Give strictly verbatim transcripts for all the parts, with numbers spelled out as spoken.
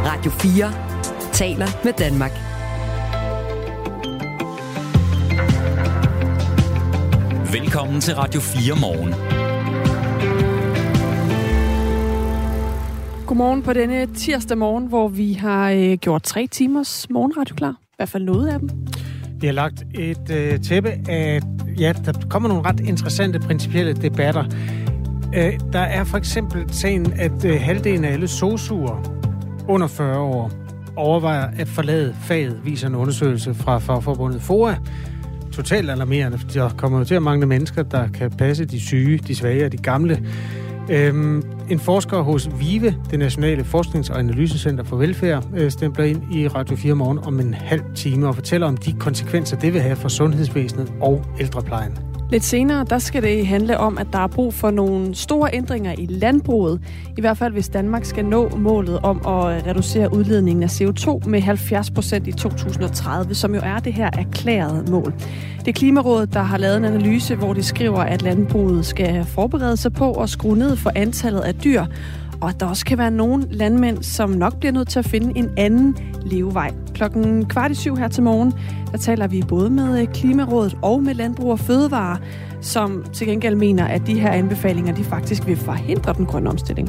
Radio fire taler med Danmark. Velkommen til Radio fire Morgen. Godmorgen på denne tirsdag morgen, hvor vi har øh, gjort tre timers morgenradio klar. I hvert fald noget af dem. Vi har lagt et øh, tæppe af, ja, der kommer nogle ret interessante principielle debatter. Øh, der er for eksempel sagen, at øh, halvdelen af alle sosuer under fyrre år overvejer at forlade faget, viser en undersøgelse fra fagforbundet FOA. Totalt alarmerende, for der kommer jo til at mangle mennesker, der kan passe de syge, de svage og de gamle. Øhm, en forsker hos VIVE, det nationale forsknings- og analysecenter for velfærd, øh, stempler ind i Radio fire Morgen om en halv time og fortæller om de konsekvenser, det vil have for sundhedsvæsenet og ældreplejen. Lidt senere, der skal det handle om, at der er brug for nogle store ændringer i landbruget. I hvert fald, hvis Danmark skal nå målet om at reducere udledningen af C O to med halvfjerds procent i to tusind og tredive, som jo er det her erklærede mål. Det er Klimarådet, der har lavet en analyse, hvor de skriver, at landbruget skal forberede sig på at skrue ned for antallet af dyr, og at der også kan være nogle landmænd, som nok bliver nødt til at finde en anden levevej. Klokken kvart i syv her til morgen, der taler vi både med Klimarådet og med Landbrug og Fødevare, som til gengæld mener, at de her anbefalinger, de faktisk vil forhindre den grønne omstilling.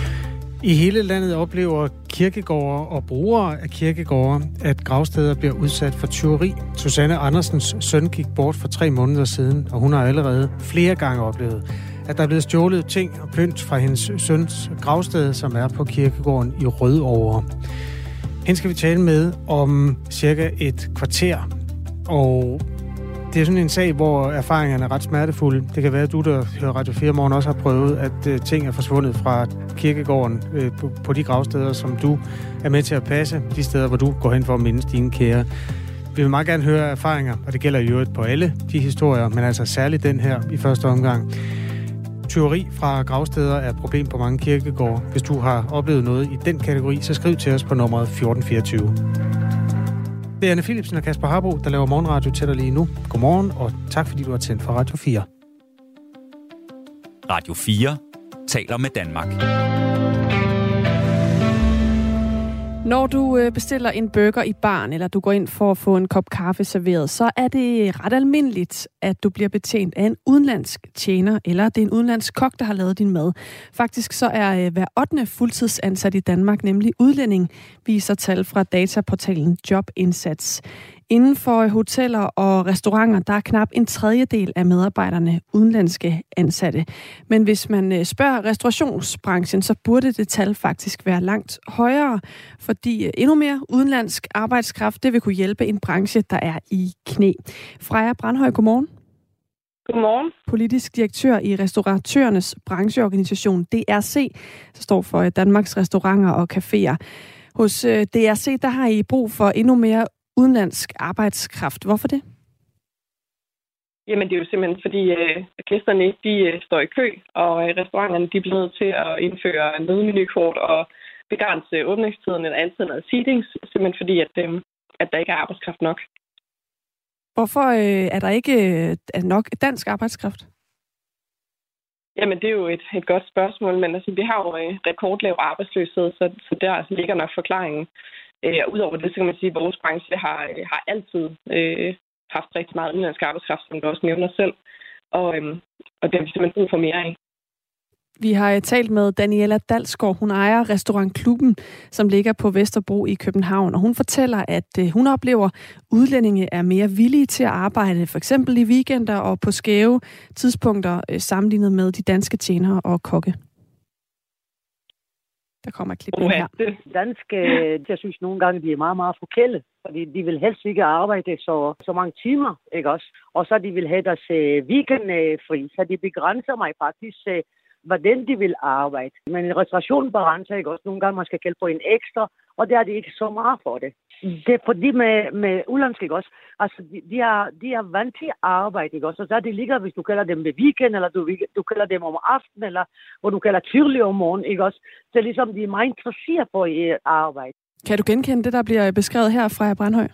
I hele landet oplever kirkegårde og brugere af kirkegårde, at gravsteder bliver udsat for tyveri. Susanne Andersens søn gik bort for tre måneder siden, og hun har allerede flere gange oplevet, at der er blevet stjålet ting og pynt fra hendes søns gravsted, som er på kirkegården i Rødovre. Hende skal vi tale med om cirka et kvarter, og det er sådan en sag, hvor erfaringerne er ret smertefulde. Det kan være, at du, der hører Radio fire Morgen, også har prøvet, at uh, ting er forsvundet fra kirkegården uh, på, på de gravsteder, som du er med til at passe. De steder, hvor du går hen for at mindes dine kære. Vi vil meget gerne høre erfaringer, og det gælder i øvrigt på alle de historier, men altså særligt den her i første omgang. Tyveri fra gravsteder er et problem på mange kirkegårde. Hvis du har oplevet noget i den kategori, så skriv til os på nummeret fjorten fireogtyve. Det er Anne Philipsen og Kasper Harbo, der laver morgenradio til dig lige nu. Godmorgen, og tak fordi du har tændt for Radio fire. Radio fire taler med Danmark. Når du bestiller en burger i baren, eller du går ind for at få en kop kaffe serveret, så er det ret almindeligt, at du bliver betjent af en udenlandsk tjener, eller det er en udenlandsk kok, der har lavet din mad. Faktisk så er hver ottende fuldtidsansat i Danmark, nemlig udlænding, viser tal fra dataportalen Jobindsats. Inden for hoteller og restauranter, der er knap en tredjedel af medarbejderne udenlandske ansatte. Men hvis man spørger restaurationsbranchen, så burde det tal faktisk være langt højere, fordi endnu mere udenlandsk arbejdskraft, det vil kunne hjælpe en branche, der er i knæ. Freja Brandhøj, godmorgen. Godmorgen. Politisk direktør i Restauratørernes brancheorganisation D R C, der står for Danmarks Restauranter og Caféer. Hos D R C, der har I brug for endnu mere udenlandsk arbejdskraft. Hvorfor det? Jamen, det er jo simpelthen, fordi øh, gæsterne de øh, står i kø, og øh, restauranterne de bliver nødt til at indføre nødmenukort og begrænse åbningstiden eller antallet af seatings, simpelthen fordi, at, øh, at der ikke er arbejdskraft nok. Hvorfor øh, er der ikke øh, nok dansk arbejdskraft? Jamen, det er jo et, et godt spørgsmål, men altså, vi har jo øh, rekordlav arbejdsløshed, så, så der altså, ligger nok forklaringen. Øh, og udover det, så kan man sige, at vores branche har, har altid øh, haft rigtig meget udenlandsk arbejdskraft, som du også nævner selv. Og, øhm, og det har vi simpelthen brug for mere af. Vi har talt med Daniela Dalsgaard. Hun ejer restaurantklubben, som ligger på Vesterbro i København. Og hun fortæller, at øh, hun oplever, at udlændinge er mere villige til at arbejde, for eksempel i weekender og på skæve tidspunkter, øh, sammenlignet med de danske tjenere og kokke. Der kommer et klip ind her. Danske, jeg synes nogle gange, de er meget, meget forkælet. Fordi de vil helst ikke arbejde så, så mange timer, ikke også? Og så de vil have deres uh, weekendfri, så de begrænser mig faktisk, uh, hvordan de vil arbejde. Men en restauration begrænser ikke også. Nogle gange man skal gælde på en ekstra, og der er de ikke så meget for det. Det er fordi med, med udenlandsk, ikke også? Altså, de, de, er, de er vant til at arbejde, ikke også? Og så er det ligger, hvis du kalder dem ved weekend, eller du, du kalder dem om aftenen, eller hvor du kalder tidlig om morgenen, ikke også? Så er ligesom, de er meget interesseret på at arbejde. Kan du genkende det, der bliver beskrevet her fra Brandhøj?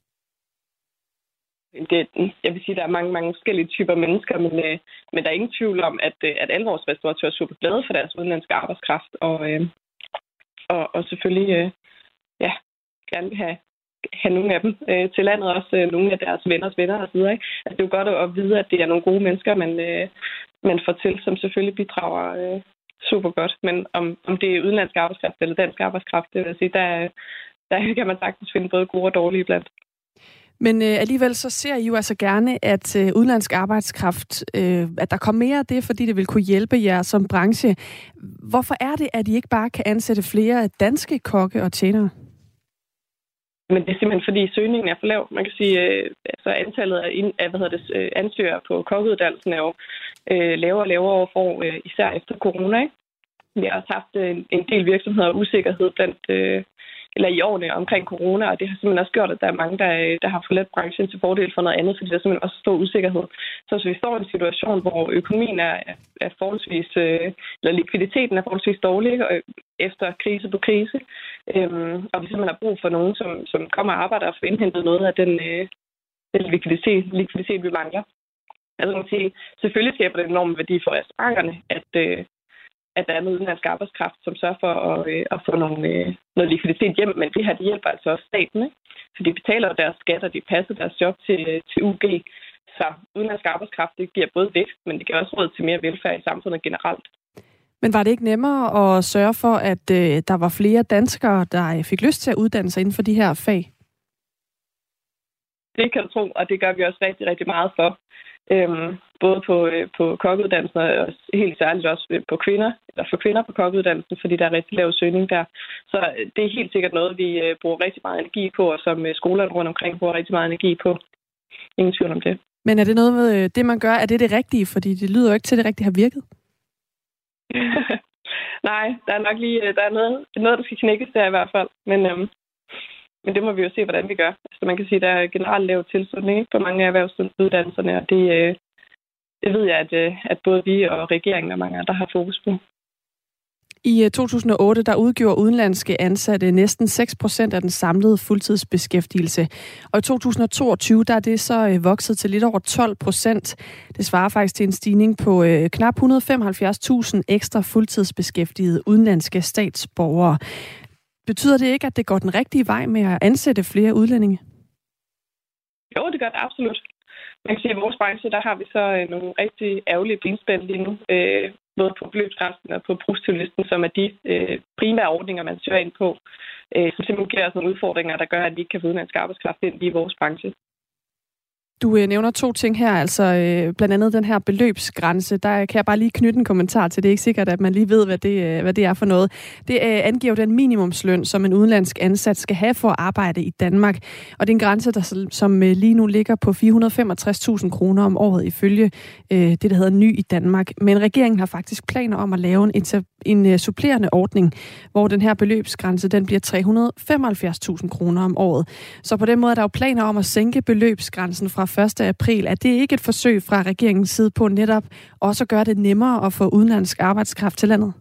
Det, jeg vil sige, at der er mange, mange forskellige typer mennesker, men, øh, men der er ingen tvivl om, at, øh, at alle vores restauratører er super glade for deres udenlandske arbejdskraft, og, øh, og, og selvfølgelig øh, ja, gerne vil have, have nogle af dem øh, til landet, også øh, nogle af deres venners venner og så videre. Ikke? Altså, det er jo godt at vide, at det er nogle gode mennesker, man, øh, man får til, som selvfølgelig bidrager øh, super godt. Men om, om det er udenlandsk arbejdskraft eller dansk arbejdskraft, det vil sige, der, der kan man sagtens finde både gode og dårlige blandt. Men øh, alligevel så ser I jo altså gerne, at øh, udenlandsk arbejdskraft, øh, at der kommer mere af det, fordi det vil kunne hjælpe jer som branche. Hvorfor er det, at I ikke bare kan ansætte flere danske kokke og tjenere? Men det er simpelthen fordi søgningen er for lav. Man kan sige, at øh, altså antallet af, ind, af hvad hedder det, øh, ansøgere på kokkeuddannelsen er jo øh, lavere og lavere over for, øh, især efter corona. Ikke? Vi har også haft en, en del virksomheder og usikkerhed blandt, øh, eller i årene omkring corona, og det har simpelthen også gjort, at der er mange, der, der har forladt branchen til fordel for noget andet, fordi der er simpelthen også stor usikkerhed. Så hvis vi står i en situation, hvor økonomien er, er forholdsvis, øh, eller likviditeten er forholdsvis dårlig øh, efter krise på krise, øh, og vi simpelthen har brug for nogen, som, som kommer og arbejder og får indhentet noget af den, øh, den likviditet, likviditet, vi mangler. Altså man kan sige, selvfølgelig skaber det enorme værdi for restauranterne, at øh, at der er noget udenlandsk arbejdskraft, som sørger for at, øh, at få nogle, øh, noget likviditet hjem, men det her, det hjælper altså også staten, ikke? Så de betaler jo deres skat, og de passer deres job til, til U G. Så udenlandsk arbejdskraft, det giver både vækst, men det giver også råd til mere velfærd i samfundet generelt. Men var det ikke nemmere at sørge for, at øh, der var flere danskere, der fik lyst til at uddanne sig inden for de her fag? Det kan du tro, og det gør vi også rigtig, rigtig meget for. Øhm, både på, øh, på kokkeuddannelsen og helt særligt også på kvinder, eller for kvinder på kokkeuddannelsen, fordi der er rigtig lav søgning der. Så øh, det er helt sikkert noget, vi øh, bruger rigtig meget energi på, og som øh, skolerne rundt omkring bruger rigtig meget energi på. Ingen tvivl om det. Men er det noget med det, man gør, er det det rigtige? Fordi det lyder jo ikke til, at det rigtigt har virket. Nej, der er nok lige der er noget, noget, der skal knækkes der i hvert fald. Men, øhm, men det må vi jo se, hvordan vi gør. Så man kan sige, at der er generelt lav tilslutning på mange af erhvervsuddannelserne, og det, øh, det ved jeg, at, øh, at både vi og regeringen og mange andre har fokus på. I to tusind og otte der udgjorde udenlandske ansatte næsten seks procent af den samlede fuldtidsbeskæftigelse. Og i to tusind og toogtyve der er det så vokset til lidt over tolv procent. Det svarer faktisk til en stigning på øh, knap et hundrede og femoghalvfjerds tusind ekstra fuldtidsbeskæftigede udenlandske statsborgere. Betyder det ikke, at det går den rigtige vej med at ansætte flere udlændinge? Jo, det gør det absolut. Man kan sige, at i vores branche, der har vi så øh, nogle rigtig ærgerlige benspænd lige nu. Øh, både på beløbsgrænsen og på positivlisten, som er de øh, primære ordninger, man søger ind på, øh, som simpelthen giver os nogle udfordringer, der gør, at vi ikke kan få udenlandsk arbejdskraft ind i vores branche. Du øh, nævner to ting her, altså øh, blandt andet den her beløbsgrænse. Der kan jeg bare lige knytte en kommentar til. Det er ikke sikkert, at man lige ved, hvad det, øh, hvad det er for noget. Det øh, angiver den minimumsløn, som en udenlandsk ansat skal have for at arbejde i Danmark. Og det er en grænse, der, som øh, lige nu ligger på fire hundrede og femogtres tusind kroner om året ifølge øh, det, der hedder Ny i Danmark. Men regeringen har faktisk planer om at lave en, en øh, supplerende ordning, hvor den her beløbsgrænse den bliver tre hundrede og femoghalvfjerds tusind kroner om året. Så på den måde er der jo planer om at sænke beløbsgrænsen fra første april. Er det ikke et forsøg fra regeringens side på netop også at gøre det nemmere at få udenlandsk arbejdskraft til landet?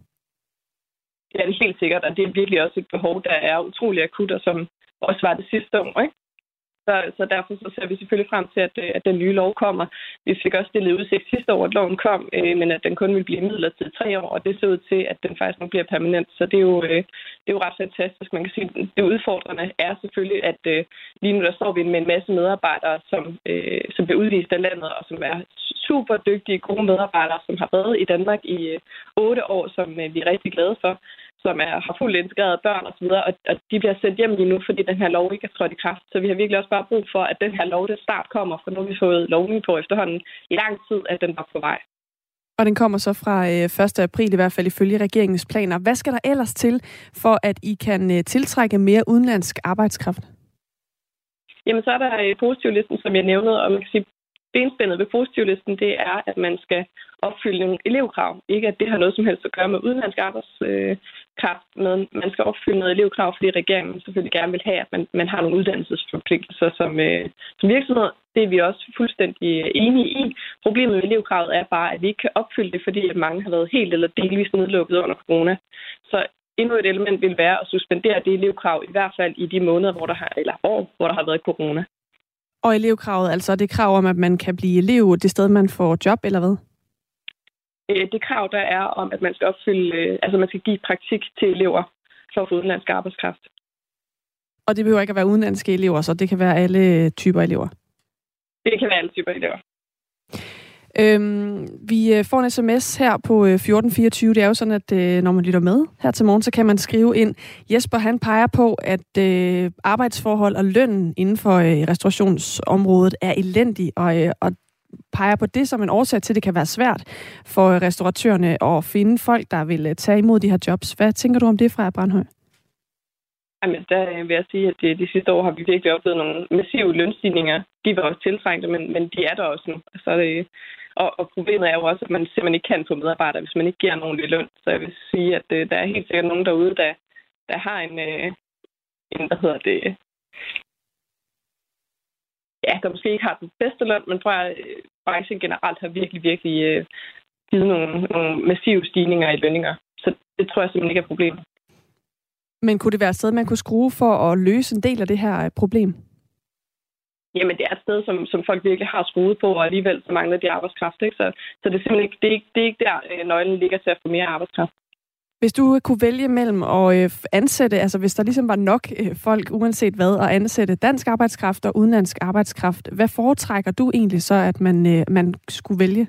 Ja, det er helt sikkert, og det er virkelig også et behov, der er utrolig akut, og som også var det sidste år, ikke? Så, så derfor så ser vi selvfølgelig frem til, at, at den nye lov kommer. Vi fik også stillet udsigt sidste år, at loven kom, øh, men at den kun vil blive midlertidigt tre år, og det ser ud til, at den faktisk nu bliver permanent. Så det er jo, øh, det er jo ret fantastisk. Man kan sige, det udfordrende er selvfølgelig, at øh, lige nu der står vi med en masse medarbejdere, som, øh, som bliver udvist af landet, og som er super dygtige, gode medarbejdere, som har været i Danmark i øh, otte år, som øh, vi er rigtig glade for, som er, har fuldt integreret børn osv., og, og de bliver sendt hjem lige nu, fordi den her lov ikke er trådt i kraft. Så vi har virkelig også bare brug for, at den her lov, det start kommer, for nu har vi fået lovning på efterhånden i lang tid, at den var på vej. Og den kommer så fra øh, første april, i hvert fald ifølge regeringens planer. Hvad skal der ellers til, for at I kan øh, tiltrække mere udenlandsk arbejdskraft? Jamen, så er der øh, positivlisten, som jeg nævnede, og man kan sige, benspændet ved positivlisten, det er, at man skal opfylde nogle elevkrav. Ikke at det har noget som helst at gøre med udenlandsk arbejdskraft, men man skal opfylde noget elevkrav, fordi regeringen selvfølgelig gerne vil have, at man, man har nogle uddannelsesforpligtelser som, øh, som virksomhed. Det er vi også fuldstændig enige i. Problemet med elevkravet er bare, at vi ikke kan opfylde det, fordi at mange har været helt eller delvist nedlukket under corona. Så endnu et element vil være at suspendere det elevkrav, i hvert fald i de måneder, hvor der har, eller år, hvor der har været corona. Og elevkravet, altså det krav om, at man kan blive elev det sted, man får job, eller hvad? Det krav, der er om, at man skal opfylde, altså man skal give praktik til elever for at få udenlandsk arbejdskraft. Og det behøver ikke at være udenlandske elever, så det kan være alle typer elever? Det kan være alle typer elever. Øhm, vi får en sms her på fjorten fireogtyve. Det er jo sådan, at øh, når man lytter med her til morgen, så kan man skrive ind. Jesper, han peger på, at øh, arbejdsforhold og lønnen inden for øh, restaurationsområdet er elendig, og, øh, og peger på det som en årsag til, at det kan være svært for restauratørerne at finde folk, der vil tage imod de her jobs. Hvad tænker du om det, Freja Brandhøj? Jamen, der vil jeg sige, at de, de sidste år har vi virkelig oplevet nogle massive lønstigninger. De var også tiltrængte, men, men de er der også nu. Så det, og, og problemet er jo også, at man simpelthen ikke kan få medarbejdere, hvis man ikke giver nogen løn. Så jeg vil sige, at uh, der er helt sikkert nogen derude, der, der har en, uh, en, hvad hedder det, ja, der måske ikke har den bedste løn, men tror jeg, at branchen generelt har virkelig, virkelig uh, givet nogle, nogle massive stigninger i lønninger. Så det tror jeg simpelthen ikke er problemet. Men kunne det være et sted, man kunne skrue for at løse en del af det her problem? Jamen, det er et sted, som, som folk virkelig har skruet på, og alligevel så mangler de arbejdskraft. Ikke? Så, så det er simpelthen ikke, det er ikke, det er ikke der, øh, nøglen ligger til at få mere arbejdskraft. Hvis du kunne vælge mellem at ansætte, altså hvis der ligesom var nok folk, uanset hvad, at ansætte dansk arbejdskraft og udenlandsk arbejdskraft, hvad foretrækker du egentlig så, at man, man skulle vælge?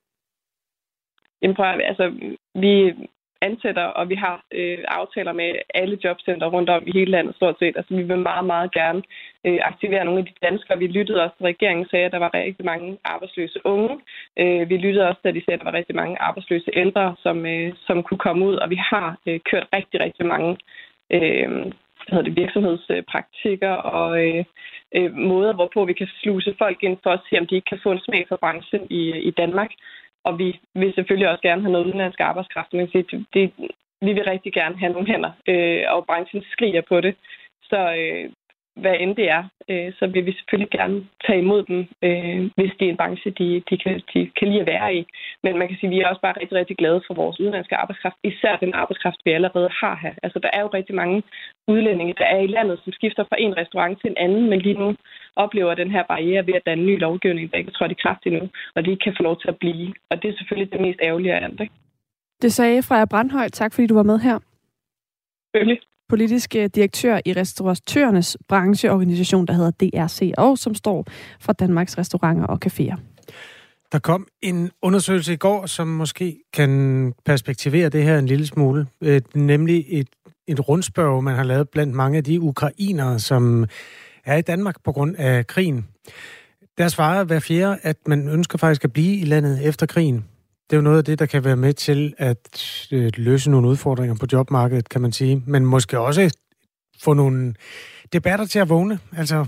Jamen, prøv at, altså, vi ansætter, og vi har øh, aftaler med alle jobcenter rundt om i hele landet stort set. Altså, vi vil meget, meget gerne øh, aktivere nogle af de danskere. Vi lyttede også, at regeringen sagde, at der var rigtig mange arbejdsløse unge. Øh, vi lyttede også, at de sagde, at der var rigtig mange arbejdsløse ældre, som, øh, som kunne komme ud, og vi har øh, kørt rigtig, rigtig mange øh, hvad hedder det, virksomhedspraktikker og øh, øh, måder, hvorpå vi kan sluse folk ind for at se, om de ikke kan få en smag for branchen i, i Danmark. Og vi vil selvfølgelig også gerne have noget udenlandsk arbejdskraft. Men det, det, vi vil rigtig gerne have nogle hænder, øh, og branchen skriger på det. Så øh, hvad end det er, øh, så vil vi selvfølgelig gerne tage imod dem, øh, hvis det er en branche, de, de, kan, de kan lide at være i. Men man kan sige, at vi er også bare rigtig, rigtig glade for vores udenlandske arbejdskraft. Især den arbejdskraft, vi allerede har her. Altså, der er jo rigtig mange udlændinge, der er i landet, som skifter fra en restaurant til en anden, men lige nu oplever den her barriere ved, at der er en ny lovgivning, der ikke er trådt i kraft endnu, og de ikke kan få lov til at blive. Og det er selvfølgelig det mest ærgerlige af alt, ikke? Det sagde Freja Brandhøj. Tak, fordi du var med her. Selvfølgelig. Politisk direktør i restauratørernes brancheorganisation, der hedder D R C, og som står for Danmarks Restauranter og Caféer. Der kom en undersøgelse i går, som måske kan perspektivere det her en lille smule. Øh, nemlig et, et rundspørg, man har lavet blandt mange af de ukrainere, som er i Danmark på grund af krigen. Der svarer hver fjerde, at man ønsker faktisk at blive i landet efter krigen. Det er jo noget af det, der kan være med til at øh, løse nogle udfordringer på jobmarkedet, kan man sige. Men måske også få nogle debatter til at vågne. Altså,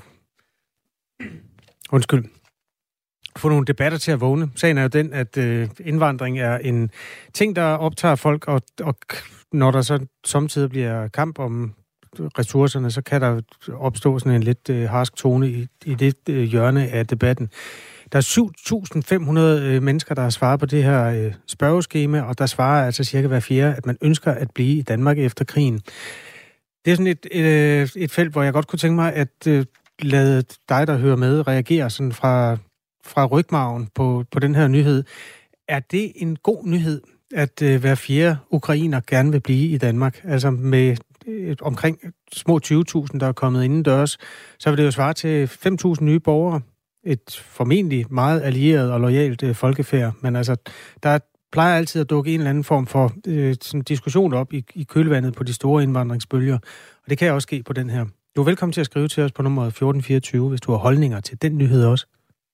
undskyld. Få nogle debatter til at vågne. Sagen er jo den, at øh, indvandring er en ting, der optager folk, og, og når der så samtidig bliver kamp om ressourcerne, så kan der opstå sådan en lidt øh, harsk tone i, i det øh, hjørne af debatten. Der er syv tusind fem hundrede øh, mennesker, der har svaret på det her øh, spørgeskema, og der svarer altså cirka hver fjerde, at man ønsker at blive i Danmark efter krigen. Det er sådan et, et, et felt, hvor jeg godt kunne tænke mig at øh, lade dig, der hører med, reagere sådan fra, fra rygmarven på, på den her nyhed. Er det en god nyhed, at øh, hver fjerde ukrainer gerne vil blive i Danmark? Altså med øh, omkring små tyve tusind, der er kommet indendørs, så vil det jo svare til fem tusind nye borgere. Et formentlig meget allieret og loyalt øh, folkefærd, men altså, der plejer altid at dukke en eller anden form for øh, sådan diskussion op i, i kølvandet på de store indvandringsbølger, og det kan også ske på den her. Du er velkommen til at skrive til os på nummeret fjorten fireogtyve, hvis du har holdninger til den nyhed også.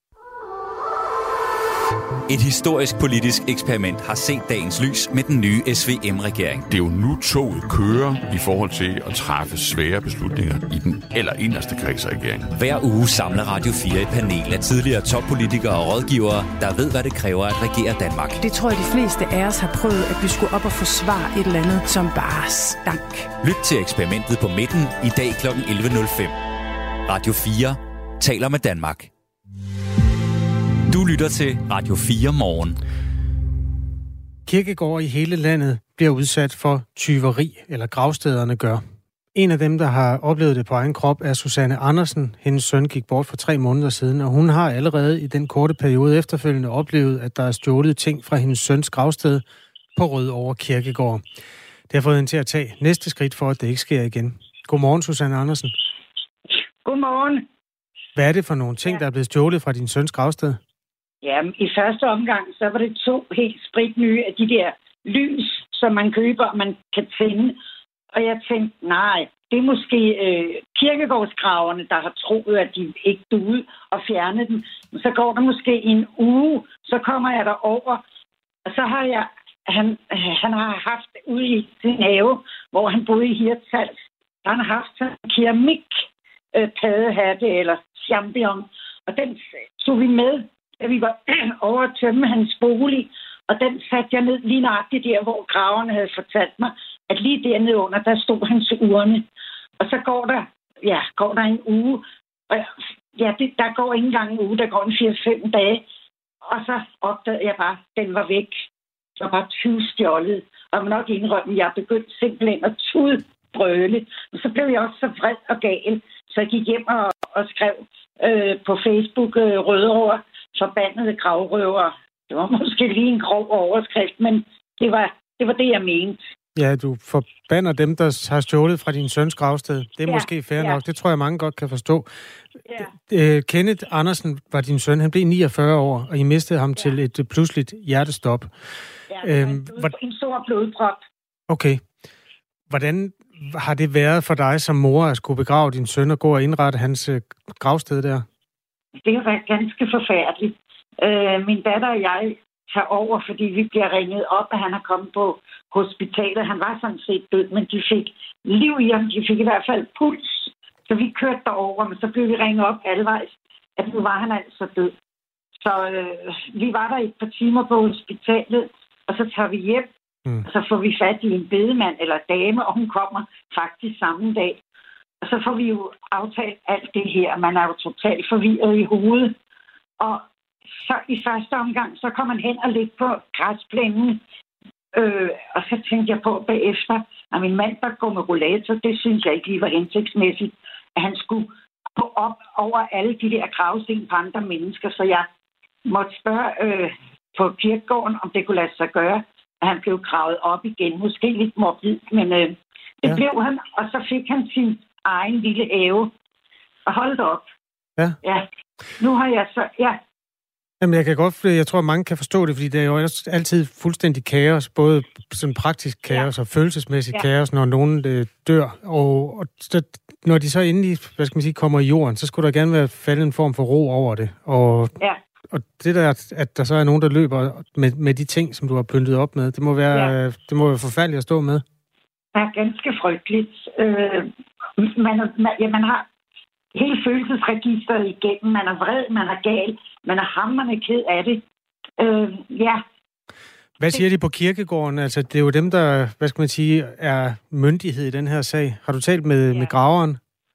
Et historisk politisk eksperiment har set dagens lys med den nye S V M-regering. Det er jo nu toget kører i forhold til at træffe svære beslutninger i den allerinderste kreds af regeringen. Hver uge samler Radio fire et panel af tidligere toppolitikere og rådgivere, der ved, hvad det kræver at regere Danmark. Det tror jeg, de fleste af os har prøvet, at vi skulle op og forsvare et eller andet, som bare stank. Lyt til eksperimentet på midten i dag klokken elleve nul fem. Radio fire taler med Danmark. Du lytter til Radio fire morgen. Kirkegårde i hele landet bliver udsat for tyveri, eller gravstederne gør. En af dem, der har oplevet det på egen krop, er Susanne Andersen. Hendes søn gik bort for tre måneder siden, og hun har allerede i den korte periode efterfølgende oplevet, at der er stjålet ting fra hendes søns gravsted på Rødovre Kirkegård. Det har fået hende til at tage næste skridt for, at det ikke sker igen. Godmorgen, Susanne Andersen. Godmorgen. Hvad er det for nogle ting, Ja. der er blevet stjålet fra din søns gravsted? Ja, i første omgang, så var det to helt spritnye af de der lys, som man køber, og man kan tænde. Og jeg tænkte, nej, det er måske øh, kirkegårdsgraverne, der har troet, at de ikke duede og fjernede dem. Men så går der måske en uge, så kommer jeg derover, og så har jeg, han, han har haft ude i sin have, hvor han boede i Hirtshals, han har haft sådan en keramik øh, paddehatte eller champignon, og den tog vi med, da vi var over at tømme hans bolig, og den satte jeg ned lige nøjagtigt der, hvor graverne havde fortalt mig, at lige dernede under, der stod hans urne. Og så går der, ja, går der en uge, og ja, det, der går ikke engang en uge, der går en fire fem dage, og så opdagede jeg bare, at den var væk. Det var bare tyvstjålet, og jeg må nok indrømme, at jeg begyndte simpelthen at tudbrøle. Og så blev jeg også så vred og gal, så jeg gik hjem og, og skrev øh, på Facebook øh, Rødovre, forbandede gravrøvere. Det var måske lige en grov overskrift, men det var det, var det jeg mente. Ja, du forbander dem, der har stjålet fra din søns gravsted. Det er ja, måske fair ja. nok. Det tror jeg, mange godt kan forstå. Ja. Øh, Kenneth Andersen var din søn. Han blev niogfyrre år, og I mistede ham ja. til et pludseligt hjertestop. Ja, øhm, var en stor blodprop. Okay. Hvordan har det været for dig som mor at skulle begrave din søn og gå og indrette hans øh, gravsted der? Det har været ganske forfærdeligt. Øh, min datter og jeg tager over, fordi vi bliver ringet op, at han er kommet på hospitalet. Han var sådan set død, men de fik liv i ham. De fik i hvert fald puls. Så vi kørte derover, men så blev vi ringet op halvvejs, at nu var han altså død. Så øh, vi var der et par timer på hospitalet, og så tager vi hjem, mm. og så får vi fat i en bedemand eller dame, og hun kommer faktisk samme dag. Og så får vi jo aftalt alt det her. Man er jo totalt forvirret i hovedet. Og så i første omgang, så kom man hen og lidt på græsplænen. Øh, og så tænkte jeg på bagefter, at min mand, der går med rollator, det synes jeg ikke lige var hensigtsmæssigt, at han skulle gå op over alle de der gravsten på andre mennesker. Så jeg måtte spørge øh, på kirkegården, om det kunne lade sig gøre, at han blev gravet op igen. Måske lidt morbidt, men øh, det ja. blev han. Og så fik han sin egen lille have. Og hold da op. Ja. Ja. Nu har jeg så... Ja. Jamen, jeg kan godt, jeg tror, mange kan forstå det, fordi det er jo altid fuldstændig kaos, både sådan praktisk kaos ja. og følelsesmæssigt ja. kaos, når nogen øh, dør. Og, og så, når de så endelig, hvad skal man sige, kommer i jorden, så skulle der gerne være faldet en form for ro over det. Og, ja. og det der, at der så er nogen, der løber med, med de ting, som du har pyntet op med, det må være, ja. det må være forfærdeligt at stå med. Det er ganske frygteligt. Øh, man, man, ja, man har hele følelsesregisteret igennem. Man er vred, man er gal, man er hamrende ked af det. Øh, ja. Hvad siger de på kirkegården? Altså, det er jo dem, der, hvad skal man sige, er myndighed i den her sag. Har du talt med, ja. med graveren?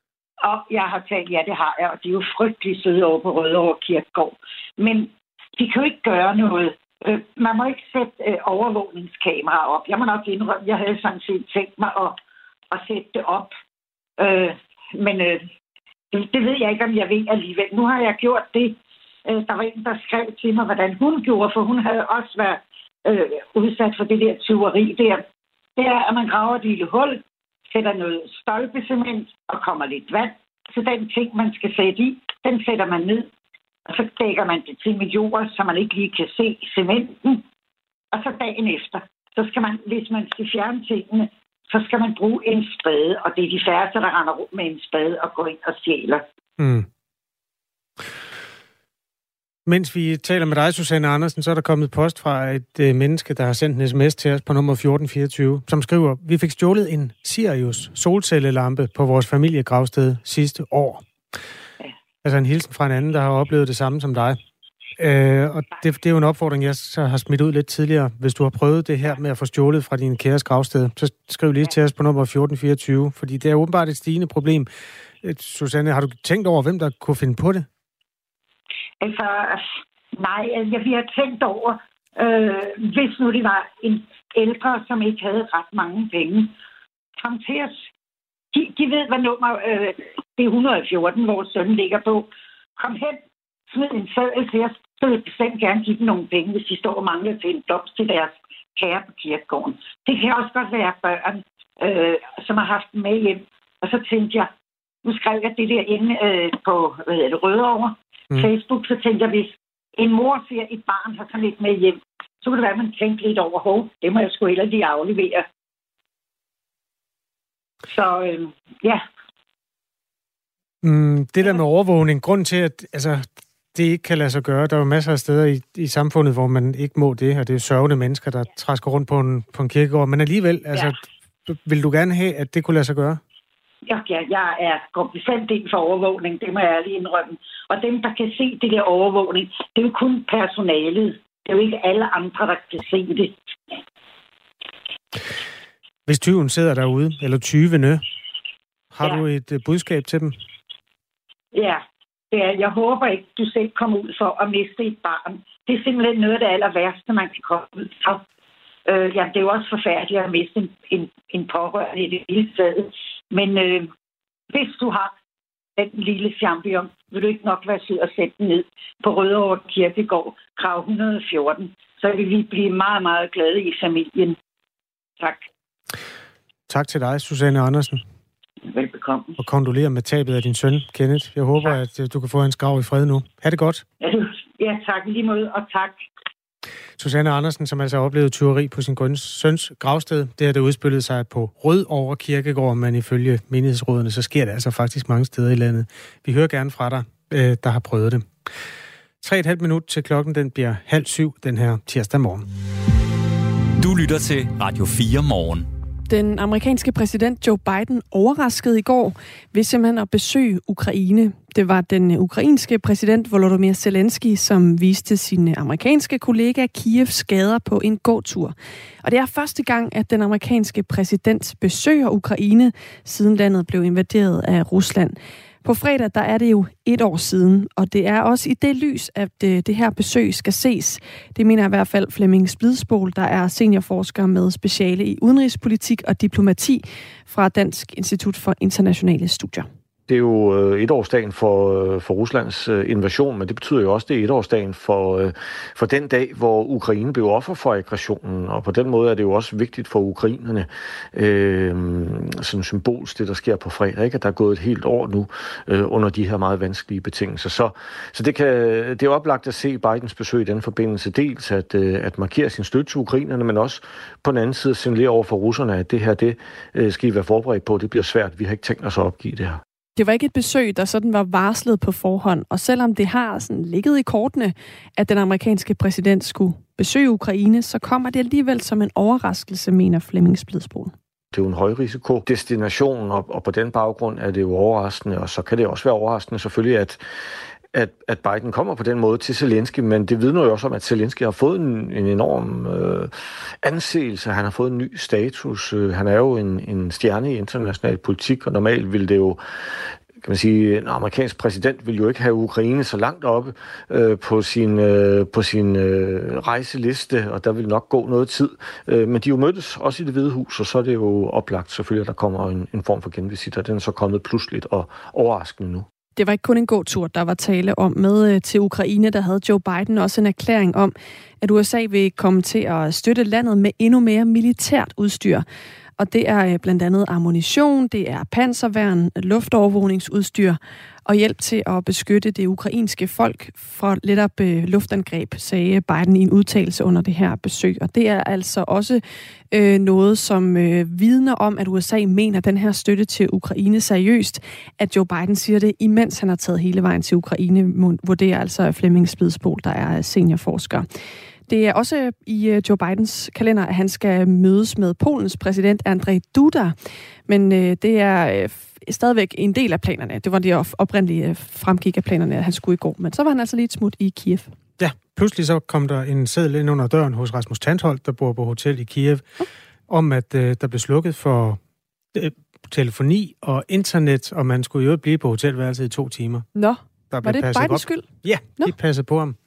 Og jeg har talt, ja, det har jeg, og de er jo frygtelig søde over på Rødovre Kirkegård. Men de kan jo ikke gøre noget. Øh, man må ikke sætte øh, overvågningskameraer op. Jeg må nok indrømme, jeg havde sådan set tænkt mig at, at sætte det op. Øh, men øh, det, det ved jeg ikke, om jeg ved alligevel. Nu har jeg gjort det. Øh, der var en, der skrev til mig, hvordan hun gjorde, for hun havde også været øh, udsat for det der tyveri der. Det er, at man graver et lille hul, sætter noget stolpecement og kommer lidt vand. Så den ting, man skal sætte i, den sætter man ned. Og så dækker man det til med jord, så man ikke lige kan se cementen. Og så dagen efter, så skal man, hvis man skal fjerne tingene, så skal man bruge en spade. Og det er de færreste, der render rundt med en spade og går ind og stjæler. Mm. Mens vi taler med dig, Susanne Andersen, så er der kommet post fra et øh, menneske, der har sendt en sms til os på nummer fjorten fireogtyve, som skriver, vi fik stjålet en Sirius solcellelampe på vores familiegravsted sidste år. Ja. Altså en hilsen fra en anden, der har oplevet det samme som dig. Øh, og det, det er jo en opfordring, jeg så har smidt ud lidt tidligere. Hvis du har prøvet det her med at få stjålet fra din kæres gravsted, så skriv lige ja. til os på nummer fjorten fireogtyve, fordi det er åbenbart et stigende problem. Susanne, har du tænkt over, hvem der kunne finde på det? Altså, nej, jeg, vi har tænkt over, øh, hvis nu det var en ældre, som ikke havde ret mange penge. Kom til os. De, de ved, hvad nummer øh, det er et hundrede og fjorten, vores søn ligger på. Kom hen, smid en seddel til os, så vil jeg bestemt gerne give dem nogle penge, hvis de står og mangler til en blomst til deres kære på kirkegården. Det kan også godt være børn, øh, som har haft dem med hjem. Og så tænkte jeg, nu skrev jeg det der inde øh, på hvad hedder det, Rødovre mm. Facebook, så tænkte jeg, hvis en mor siger, et barn har sådan lidt med hjem, så kunne det være, at man tænkte lidt over, hov, det må jeg sgu heller lige aflevere. Så øh, ja. Mm, det der med overvågning, grund til, at altså, det ikke kan lade sig gøre, der er jo masser af steder i, i samfundet, hvor man ikke må det, og det er sørgende mennesker, der ja. træsker rundt på en, på en kirkegård, men alligevel, altså, ja. vil du gerne have, at det kunne lade sig gøre? Ja, ja, jeg er går bestemt ind for overvågning, det må jeg lige indrømme. Og dem, der kan se det der overvågning, det er jo kun personalet. Det er jo ikke alle andre, der kan se det. Hvis tyven sidder derude, eller tyvene, har ja. du et uh, budskab til dem? Ja, det er, jeg håber ikke, du selv kommer ud for at miste et barn. Det er simpelthen noget af det aller værste, man kan komme ud for. Øh, ja, det er jo også forfærdeligt at miste en, en, en pårørende i det hele taget. Men øh, hvis du har den lille champion, vil du ikke nok være sød at sætte den ned på Rødovre Kirkegård, krav et hundrede og fjorten. Så vil vi blive meget, meget glade i familien. Tak. Tak til dig, Susanne Andersen. Velbekomme. Og kondolerer med tabet af din søn, Kenneth. Jeg håber, tak. at du kan få hans grav i fred nu. Ha' det godt. Ja, du, ja tak. Lige måde, og tak. Susanne Andersen, som altså oplevede tyveri på sin søns gravsted. Det her, der udspillede sig på Rødovre Kirkegård, men ifølge menighedsrådene, så sker det altså faktisk mange steder i landet. Vi hører gerne fra dig, der har prøvet det. Tre og et halvt minut til klokken, den bliver halv syv den her tirsdag morgen. Du lytter til Radio fire Morgen. Den amerikanske præsident Joe Biden overraskede i går ved simpelthen at besøge Ukraine. Det var den ukrainske præsident Volodymyr Zelensky, som viste sine amerikanske kollega Kiev skader på en gåtur. Og det er første gang, at den amerikanske præsident besøger Ukraine, siden landet blev invaderet af Rusland. På fredag, der er det jo et år siden, og det er også i det lys, at det, det her besøg skal ses. Det mener i hvert fald Flemming Splidsbol, der er seniorforsker med speciale i udenrigspolitik og diplomati fra Dansk Institut for Internationale Studier. Det er jo etårsdagen for, for Ruslands invasion, men det betyder jo også, at det er etårsdagen for, for den dag, hvor Ukraine blev offer for aggressionen, og på den måde er det jo også vigtigt for ukrainerne, øh, sådan symbolsk det, der sker på fredag, ikke? At der er gået et helt år nu øh, under de her meget vanskelige betingelser. Så, så det, kan, det er oplagt at se Bidens besøg i den forbindelse, dels at, at markere sin støtte til ukrainerne, men også på den anden side signalere over for russerne, at det her, det skal I være forberedt på, det bliver svært, vi har ikke tænkt os at opgive det her. Det var ikke et besøg, der sådan var varslet på forhånd, og selvom det har sådan ligget i kortene, at den amerikanske præsident skulle besøge Ukraine, så kommer det alligevel som en overraskelse, mener Flemming Splidsbol. Det er jo en højrisiko-destination, og, og på den baggrund er det jo overraskende, og så kan det også være overraskende selvfølgelig, at At, at Biden kommer på den måde til Zelensky, men det vidner jo også om, at Zelensky har fået en, en enorm øh, anseelse. Han har fået en ny status. Han er jo en, en stjerne i international politik, og normalt vil det jo, kan man sige, en amerikansk præsident vil jo ikke have Ukraine så langt oppe øh, på sin, øh, på sin øh, rejseliste, og der vil nok gå noget tid. Øh, men de er jo mødtes også i Det Hvide Hus, og så er det jo oplagt selvfølgelig, at der kommer en, en form for genvisit, og den er så kommet pludseligt og overraskende nu. Det var ikke kun en god tur, der var tale om med til Ukraine. Der havde Joe Biden også en erklæring om, at U S A vil komme til at støtte landet med endnu mere militært udstyr. Og det er blandt andet ammunition, det er panserværn, luftovervågningsudstyr og hjælp til at beskytte det ukrainske folk for netop luftangreb, sagde Biden i en udtalelse under det her besøg. Og det er altså også øh, noget, som øh, vidner om, at U S A mener den her støtte til Ukraine seriøst. At Joe Biden siger det, imens han har taget hele vejen til Ukraine, vurderer altså Flemming Splidsbol, der er seniorforsker. Det er også i Joe Bidens kalender, at han skal mødes med Polens præsident Andrzej Duda. Men øh, det er øh, stadigvæk en del af planerne. Det var det oprindelige fremgik af planerne, at han skulle i går. Men så var han altså lige et smut i Kiev. Ja, pludselig så kom der en seddel ind under døren hos Rasmus Tantholdt, der bor på hotel i Kiev, okay. om at øh, der blev slukket for øh, telefoni og internet, og man skulle jo blive på hotelværelset i to timer. Nå, der var det Bidens skyld? Ja, Nå. de passede på ham.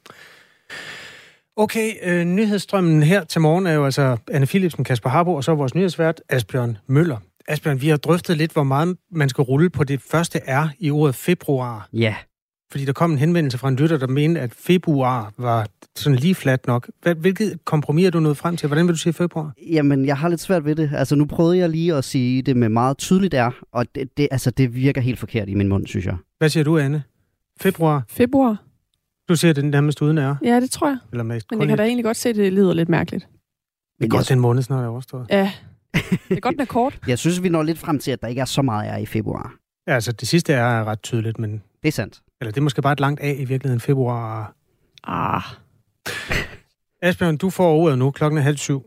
Okay, øh, nyhedsstrømmen her til morgen er jo altså Anne Philipsen, Kasper Harbo og så vores nyhedsvært Asbjørn Møller. Asbjørn, vi har drøftet lidt, hvor meget man skal rulle på det første R i ordet februar. Ja. Fordi der kom en henvendelse fra en lytter, der mente, at februar var sådan lige fladt nok. Hvilket kompromis er du nået frem til? Hvordan vil du sige februar? Jamen, jeg har lidt svært ved det. Altså, nu prøvede jeg lige at sige det med meget tydeligt er, og det, det, altså, det virker helt forkert i min mund, synes jeg. Hvad siger du, Anne? Februar? Februar. Du siger det nærmest uden er. Ja, det tror jeg. Eller med Men jeg kan da egentlig godt se, at det lyder lidt mærkeligt. Det er godt, den måned snart er overstået. Ja, det er godt med kort. Jeg synes, vi når lidt frem til, at der ikke er så meget er i februar. Ja, altså det sidste er ret tydeligt, men... Det er sandt. Eller det er måske bare et langt A i virkeligheden, februar. Ah. Asbjørn, du får ordet nu. Klokken er halv syv.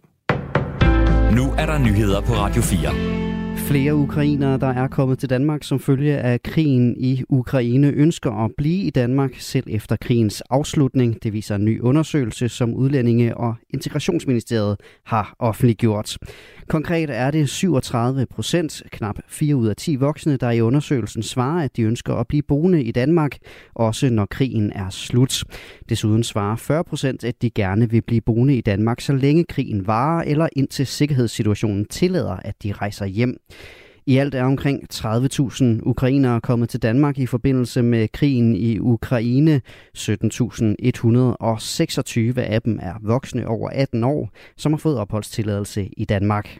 Nu er der nyheder på Radio fire. Flere ukrainere, der er kommet til Danmark som følge af krigen i Ukraine, ønsker at blive i Danmark selv efter krigens afslutning. Det viser en ny undersøgelse, som Udlændinge- og Integrationsministeriet har offentliggjort. Konkret er det syvogtredive procent, knap fire ud af ti voksne, der i undersøgelsen svarer, at de ønsker at blive boende i Danmark, også når krigen er slut. Desuden svarer fyrre procent, at de gerne vil blive boende i Danmark, så længe krigen varer, eller indtil sikkerhedssituationen tillader, at de rejser hjem. I alt er omkring tredive tusind ukrainere kommet til Danmark i forbindelse med krigen i Ukraine. sytten tusind et hundrede og seksogtyve af dem er voksne over atten år, som har fået opholdstilladelse i Danmark.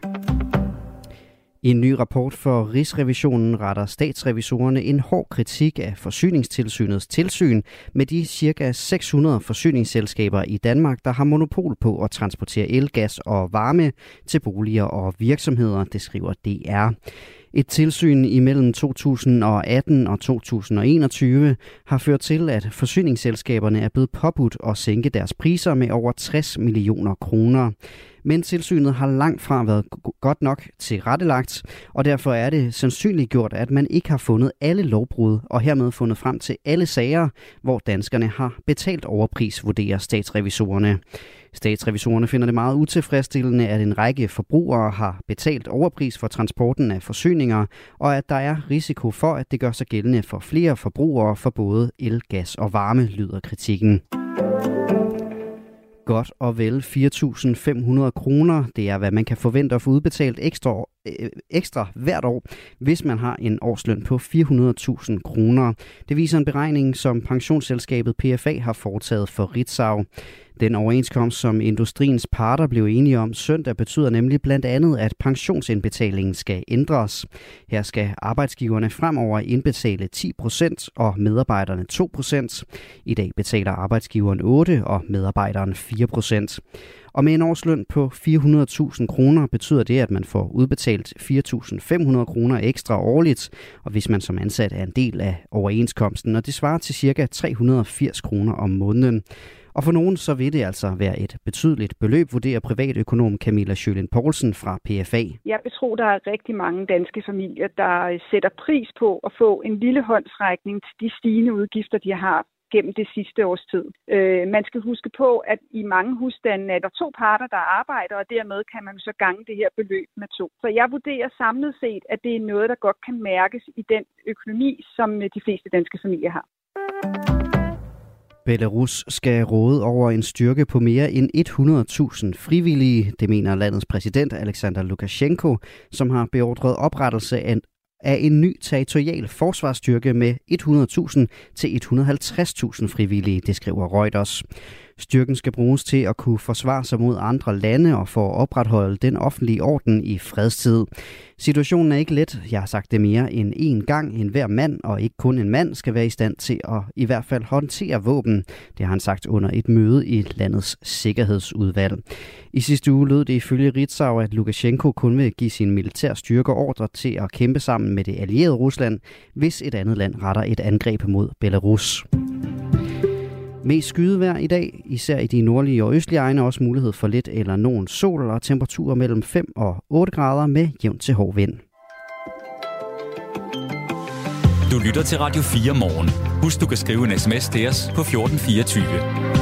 I en ny rapport for Rigsrevisionen retter statsrevisorerne en hård kritik af Forsyningstilsynets tilsyn med de ca. seks hundrede forsyningsselskaber i Danmark, der har monopol på at transportere el, gas og varme til boliger og virksomheder, det skriver D R. Et tilsyn imellem to tusind og atten og to tusind og enogtyve har ført til, at forsyningsselskaberne er blevet påbudt at sænke deres priser med over tres millioner kroner. Men tilsynet har langt fra været godt nok tilrettelagt, og derfor er det sandsynligt gjort, at man ikke har fundet alle lovbrud og hermed fundet frem til alle sager, hvor danskerne har betalt overpris, vurderer statsrevisorerne. Statsrevisorerne finder det meget utilfredsstillende, at en række forbrugere har betalt overpris for transporten af forsyninger, og at der er risiko for, at det gør sig gældende for flere forbrugere for både el, gas og varme, lyder kritikken. Godt og vel fire tusind fem hundrede kroner. Det er, hvad man kan forvente at få udbetalt ekstra, øh, ekstra hvert år, hvis man har en årsløn på fire hundrede tusind kroner. Det viser en beregning, som pensionsselskabet P F A har foretaget for Ritzau. Den overenskomst, som industriens parter blev enige om søndag, betyder nemlig blandt andet, at pensionsindbetalingen skal ændres. Her skal arbejdsgiverne fremover indbetale ti procent og medarbejderne to procent. I dag betaler arbejdsgiveren otte procent og medarbejderen fire procent. Og med en årsløn på fire hundrede tusind kroner betyder det, at man får udbetalt fire tusind fem hundrede kroner ekstra årligt, og hvis man som ansat er en del af overenskomsten, og det svarer til ca. tre hundrede og firs kroner om måneden. Og for nogen så vil det altså være et betydeligt beløb, vurderer privatøkonom Camilla Sjølin Poulsen fra P F A. Jeg betror, der er rigtig mange danske familier, der sætter pris på at få en lille håndsrækning til de stigende udgifter, de har gennem det sidste års tid. Øh, man skal huske på, at i mange husstande er der to parter, der arbejder, og dermed kan man så gange det her beløb med to. Så jeg vurderer samlet set, at det er noget, der godt kan mærkes i den økonomi, som de fleste danske familier har. Belarus skal råde over en styrke på mere end hundrede tusind frivillige, det mener landets præsident Alexander Lukashenko, som har beordret oprettelse af af en ny territorial forsvarsstyrke med hundrede tusind til et hundrede og halvtreds tusind frivillige, det skriver Reuters. Styrken skal bruges til at kunne forsvare sig mod andre lande og for at opretholde den offentlige orden i fredstid. Situationen er ikke let. Jeg har sagt det mere end én gang. En hver mand, og ikke kun en mand, skal være i stand til at i hvert fald håndtere våben. Det har han sagt under et møde i landets sikkerhedsudvalg. I sidste uge lød det ifølge Ritzau, at Lukashenko kun vil give sin militære styrker ordre til at kæmpe sammen med det allierede Rusland, hvis et andet land retter et angreb mod Belarus. Mest skydevejr i dag, især i de nordlige og østlige egne, også mulighed for lidt eller nogen sol og temperaturer mellem fem og otte grader med jævnt til hård vind. Du lytter til Radio fire morgen. Husk, du kan skrive en sms til os på fjorten fireogtyve.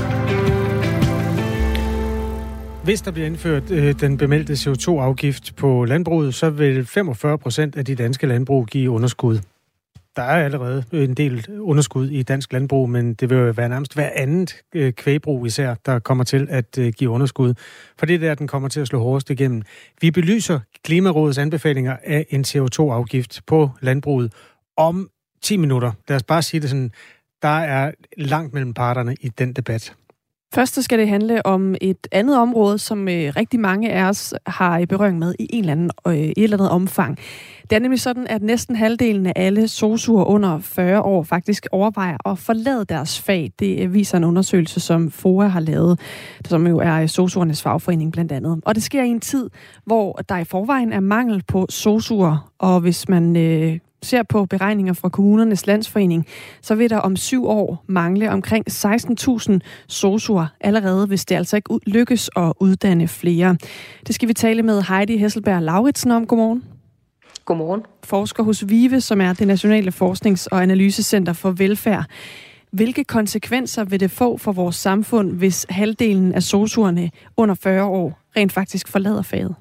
Hvis der bliver indført øh, den bemeldte C O to afgift på landbruget, så vil femogfyrre procent af de danske landbrug give underskud. Der er allerede en del underskud i dansk landbrug, men det vil jo være nærmest hver andet øh, kvægbrug især, der kommer til at øh, give underskud. For det er der, den kommer til at slå hårdest igennem. Vi belyser Klimarådets anbefalinger af en C O to afgift på landbruget om ti minutter. Lad os bare sige det sådan, der er langt mellem parterne i den debat. Først så skal det handle om et andet område, som øh, rigtig mange af os har berøring med i, en eller anden, øh, i et eller andet omfang. Det er nemlig sådan, at næsten halvdelen af alle sosuer under fyrre år faktisk overvejer at forlade deres fag. Det viser en undersøgelse, som F O A har lavet, som jo er sosuernes fagforening blandt andet. Og det sker i en tid, hvor der i forvejen er mangel på sosuer, og hvis man øh, ser på beregninger fra Kommunernes Landsforening, så vil der om syv år mangle omkring seksten tusind sosuer allerede, hvis det altså ikke lykkes at uddanne flere. Det skal vi tale med Heidi Hesselberg Lauritsen om. Godmorgen. Godmorgen. Forsker hos VIVE, som er det Nationale Forsknings- og Analysecenter for Velfærd. Hvilke konsekvenser vil det få for vores samfund, hvis halvdelen af sosuerne under fyrre år rent faktisk forlader faget?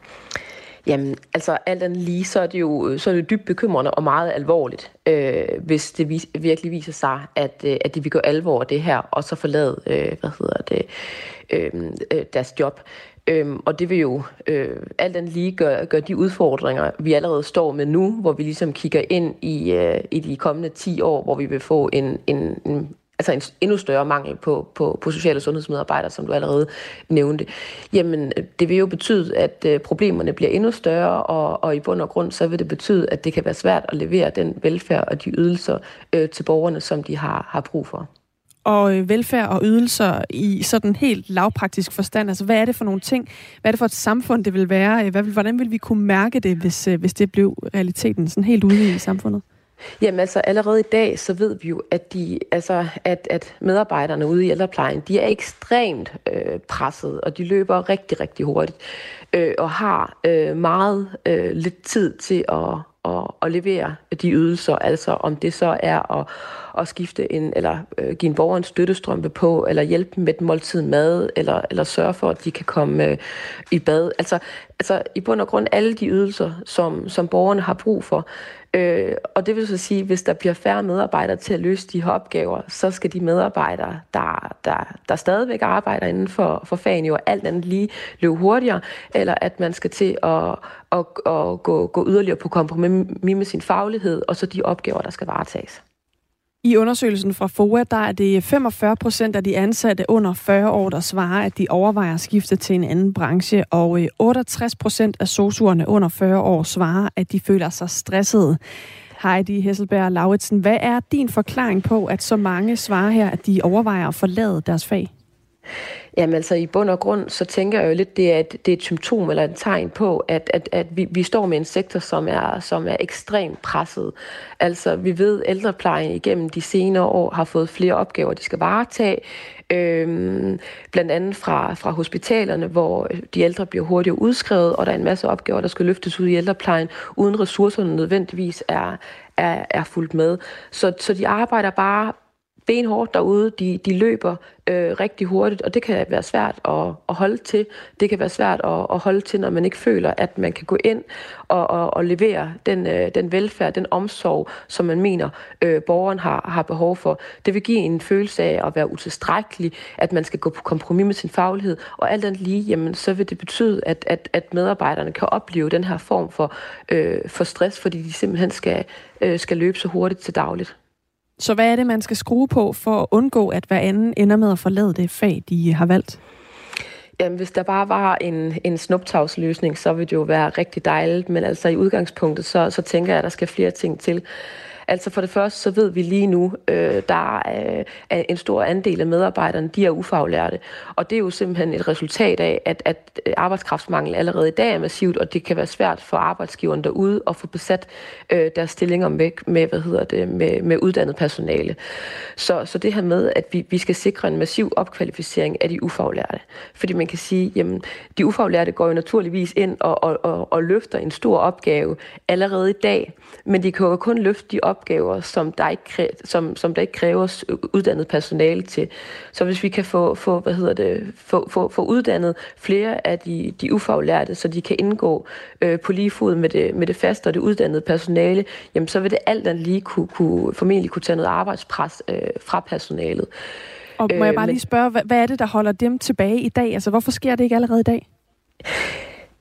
Jamen, altså alt andet lige, så er det jo så er det dybt bekymrende og meget alvorligt, øh, hvis det vis, virkelig viser sig, at, øh, at de vil gå alvor af det her, og så forlade, øh, hvad hedder det, øh, øh, deres job. Øhm, og det vil jo øh, alt andet lige gøre, gøre de udfordringer, vi allerede står med nu, hvor vi ligesom kigger ind i, øh, i de kommende ti år, hvor vi vil få en, en, en altså en endnu større mangel på, på, på sociale og sundhedsmedarbejdere, som du allerede nævnte. Jamen, det vil jo betyde, at øh, problemerne bliver endnu større, og, og i bund og grund, så vil det betyde, at det kan være svært at levere den velfærd og de ydelser øh, til borgerne, som de har, har brug for. Og øh, velfærd og ydelser i sådan helt lavpraktisk forstand, altså hvad er det for nogle ting? Hvad er det for et samfund, det vil være? Hvad vil, hvordan vil vi kunne mærke det, hvis, øh, hvis det blev realiteten sådan helt ude i samfundet? Jamen altså allerede i dag, så ved vi jo, at, de, altså, at, at medarbejderne ude i ældreplejen, de er ekstremt øh, presset, og de løber rigtig, rigtig hurtigt, øh, og har øh, meget øh, lidt tid til at, at, at levere de ydelser, altså om det så er at, at skifte en, eller øh, give en borger en støttestrømpe på, eller hjælpe dem med et måltid mad, eller, eller sørge for, at de kan komme øh, i bad. Altså, altså i bund og grund alle de ydelser, som, som borgerne har brug for. Øh, og det vil så sige, at hvis der bliver færre medarbejdere til at løse de her opgaver, så skal de medarbejdere, der, der, der stadigvæk arbejder inden for, for fagen, jo alt andet lige løbe hurtigere, eller at man skal til at, at, at gå, gå yderligere på kompromis med sin faglighed, og så de opgaver, der skal varetages. I undersøgelsen fra F O A, der er det femogfyrre procent af de ansatte under fyrre år, der svarer, at de overvejer at skifte til en anden branche, og otteogtres procent af sosuerne under fyrre år svarer, at de føler sig stressede. Heidi Hesselberg Lauritsen, hvad er din forklaring på, at så mange svarer her, at de overvejer at forlade deres fag? Jamen altså i bund og grund, så tænker jeg jo lidt, det er et, det er et symptom eller et tegn på, at, at, at vi, vi står med en sektor, som er, som er ekstremt presset. Altså vi ved, at ældreplejen igennem de senere år har fået flere opgaver, de skal varetage. Øhm, blandt andet fra, fra hospitalerne, hvor de ældre bliver hurtigere udskrevet, og der er en masse opgaver, der skal løftes ud i ældreplejen, uden ressourcerne nødvendigvis er, er, er fulgt med. Så, så de arbejder bare benhårdt derude, de, de løber øh, rigtig hurtigt, og det kan være svært at, at holde til. Det kan være svært at, at holde til, når man ikke føler, at man kan gå ind og, og, og levere den, øh, den velfærd, den omsorg, som man mener, øh, borgeren har, har behov for. Det vil give en følelse af at være utilstrækkelig, at man skal gå på kompromis med sin faglighed, og alt andet lige, jamen, så vil det betyde, at, at, at medarbejderne kan opleve den her form for, øh, for stress, fordi de simpelthen skal, øh, skal løbe så hurtigt til dagligt. Så hvad er det, man skal skrue på for at undgå, at hver anden ender med at forlade det fag, de har valgt? Jamen, hvis der bare var en, en snuptagsløsning, så ville det jo være rigtig dejligt. Men altså i udgangspunktet, så, så tænker jeg, at der skal flere ting til. Altså for det første, så ved vi lige nu, øh, der er, er en stor andel af medarbejderne, de er ufaglærte. Og det er jo simpelthen et resultat af, at, at arbejdskraftsmangel allerede i dag er massivt, og det kan være svært for arbejdsgiveren derude at få besat øh, deres stillinger med, med, hvad hedder det, med, med uddannet personale. Så, så det her med, at vi, vi skal sikre en massiv opkvalificering af de ufaglærte. Fordi man kan sige, jamen, de ufaglærte går jo naturligvis ind og, og, og, og løfter en stor opgave allerede i dag, men de kan jo kun løfte de opgaver, opgaver, som der ikke, som, som der ikke kræver uddannet personale til. Så hvis vi kan få, få, hvad hedder det, få, få, få uddannet flere af de, de ufaglærte, så de kan indgå øh, på lige fod med det, med det faste og det uddannede personale, jamen så vil det alt andet lige kunne, kunne, formentlig kunne tage noget arbejdspres øh, fra personalet. Og må jeg bare lige spørge, hvad, hvad er det, der holder dem tilbage i dag? Altså, hvorfor sker det ikke allerede i dag?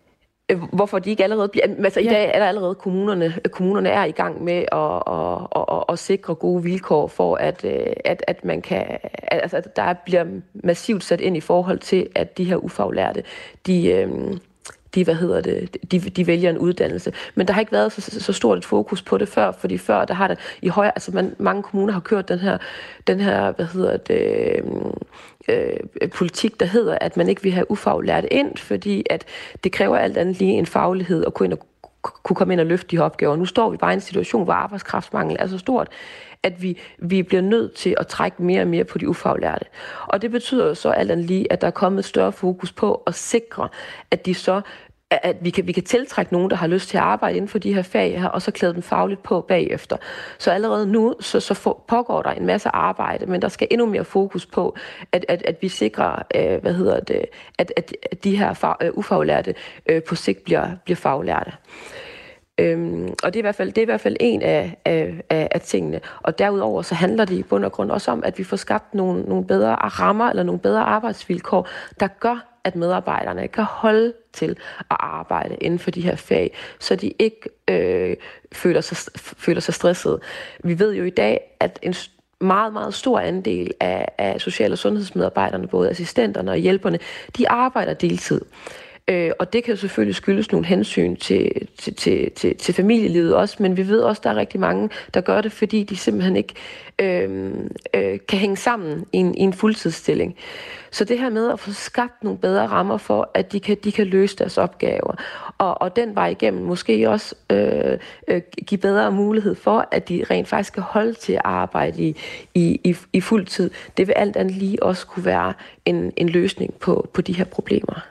hvorfor de ikke allerede bliver... Altså, Ja. i dag er der allerede kommunerne, kommunerne er i gang med at, at, at, at sikre gode vilkår for, at, at, at man kan... Altså, at der bliver massivt sat ind i forhold til, at de her ufaglærte, de... De, hvad hedder det, de, de vælger en uddannelse. Men der har ikke været så, så stort et fokus på det før, fordi før, der har det i højere, altså man, mange kommuner har kørt den her, den her, hvad hedder det, øh, politik, der hedder, at man ikke vil have ufaglærte ind, fordi at det kræver alt andet lige en faglighed at kunne, ind og, kunne komme ind og løfte de her opgaver. Nu står vi bare i en situation, hvor arbejdskraftmangel er så stort, at vi, vi bliver nødt til at trække mere og mere på de ufaglærte. Og det betyder jo så alt andet lige, at der er kommet større fokus på at sikre, at de så at vi kan, vi kan tiltrække nogen, der har lyst til at arbejde inden for de her fag her, og så klæde dem fagligt på bagefter. Så allerede nu, så, så for, pågår der en masse arbejde, men der skal endnu mere fokus på, at, at, at vi sikrer, øh, hvad hedder det, at, at, at de her fag, øh, ufaglærte øh, på sigt bliver, bliver faglærte. Øhm, og det er i hvert fald, det er i hvert fald en af, af, af tingene. Og derudover så handler det i bund og grund også om, at vi får skabt nogle, nogle bedre rammer eller nogle bedre arbejdsvilkår, der gør, at medarbejderne kan holde til at arbejde inden for de her fag, så de ikke øh, føler, sig, føler sig stressede. Vi ved jo i dag, at en meget, meget stor andel af, af social- og sundhedsmedarbejderne, både assistenterne og hjælperne, de arbejder deltid. Øh, og det kan jo selvfølgelig skyldes nogle hensyn til, til, til, til, til familielivet også, men vi ved også, at der er rigtig mange, der gør det, fordi de simpelthen ikke øh, øh, kan hænge sammen i en, i en fuldtidsstilling. Så det her med at få skabt nogle bedre rammer for, at de kan, de kan løse deres opgaver, og, og den vej igennem måske også øh, øh, give bedre mulighed for, at de rent faktisk kan holde til at arbejde i, i, i, i fuld tid, det vil alt andet lige også kunne være en, en løsning på, på de her problemer.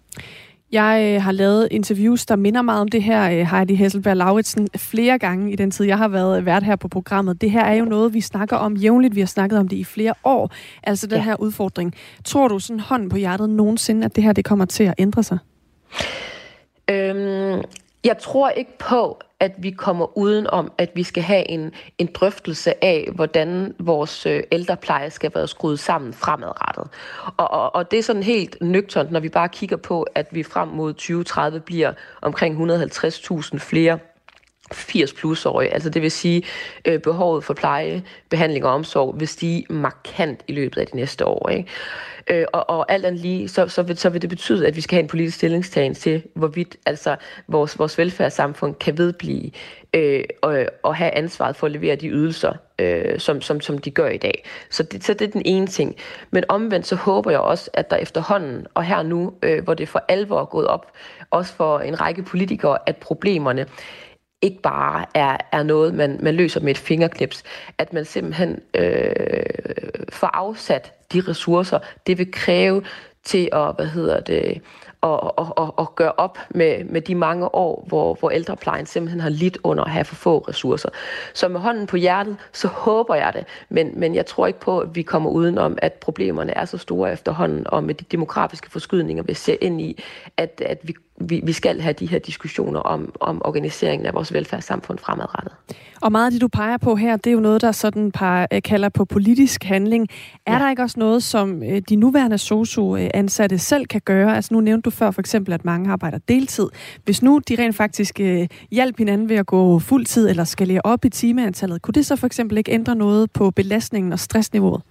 Jeg øh, har lavet interviews, der minder meget om det her, øh, Heidi Hesselberg-Lauritsen, flere gange i den tid, jeg har været vært her på programmet. Det her er jo noget, vi snakker om jævnligt. Vi har snakket om det i flere år. Altså den ja. her udfordring. Tror du sådan hånden på hjertet nogensinde, at det her det kommer til at ændre sig? Øhm, jeg tror ikke på, at vi kommer udenom, at vi skal have en, en drøftelse af, hvordan vores øh, ældrepleje skal være skruet sammen fremadrettet. Og, og, og det er sådan helt nøgternt, når vi bare kigger på, at vi frem mod tyve tredive bliver omkring et hundrede og halvtreds tusind flere firs plus-årige. Altså det vil sige, øh, behovet for pleje, behandling og omsorg vil stige markant i løbet af de næste år. Ikke? Øh, og, og alt andet lige, så, så, vil, så vil det betyde, at vi skal have en politisk stillingstagen til, hvorvidt altså, vores, vores velfærdssamfund kan vedblive øh, og, og have ansvaret for at levere de ydelser, øh, som, som, som de gør i dag. Så det, så det er den ene ting. Men omvendt så håber jeg også, at der efterhånden, og her nu, øh, hvor det for alvor er gået op, også for en række politikere, at problemerne ikke bare er, er noget, man, man løser med et fingerknips, at man simpelthen øh, får afsat de ressourcer, det vil kræve til at, hvad hedder det, at, at, at, at gøre op med, med de mange år, hvor, hvor ældreplejen simpelthen har lidt under at have for få ressourcer. Så med hånden på hjertet, så håber jeg det, men, men jeg tror ikke på, at vi kommer udenom, at problemerne er så store efterhånden, og med de demografiske forskydninger, vi ser ind i, at, at vi Vi, vi skal have de her diskussioner om, om organiseringen af vores velfærdssamfund fremadrettet. Og meget af det, du peger på her, det er jo noget, der sådan par kalder på politisk handling. Er ja. der ikke også noget, som de nuværende sosu-ansatte selv kan gøre? Altså nu nævnte du før for eksempel, at mange arbejder deltid. Hvis nu de rent faktisk øh, hjælper hinanden ved at gå fuld tid eller skalere op i timeantallet, kunne det så for eksempel ikke ændre noget på belastningen og stressniveauet?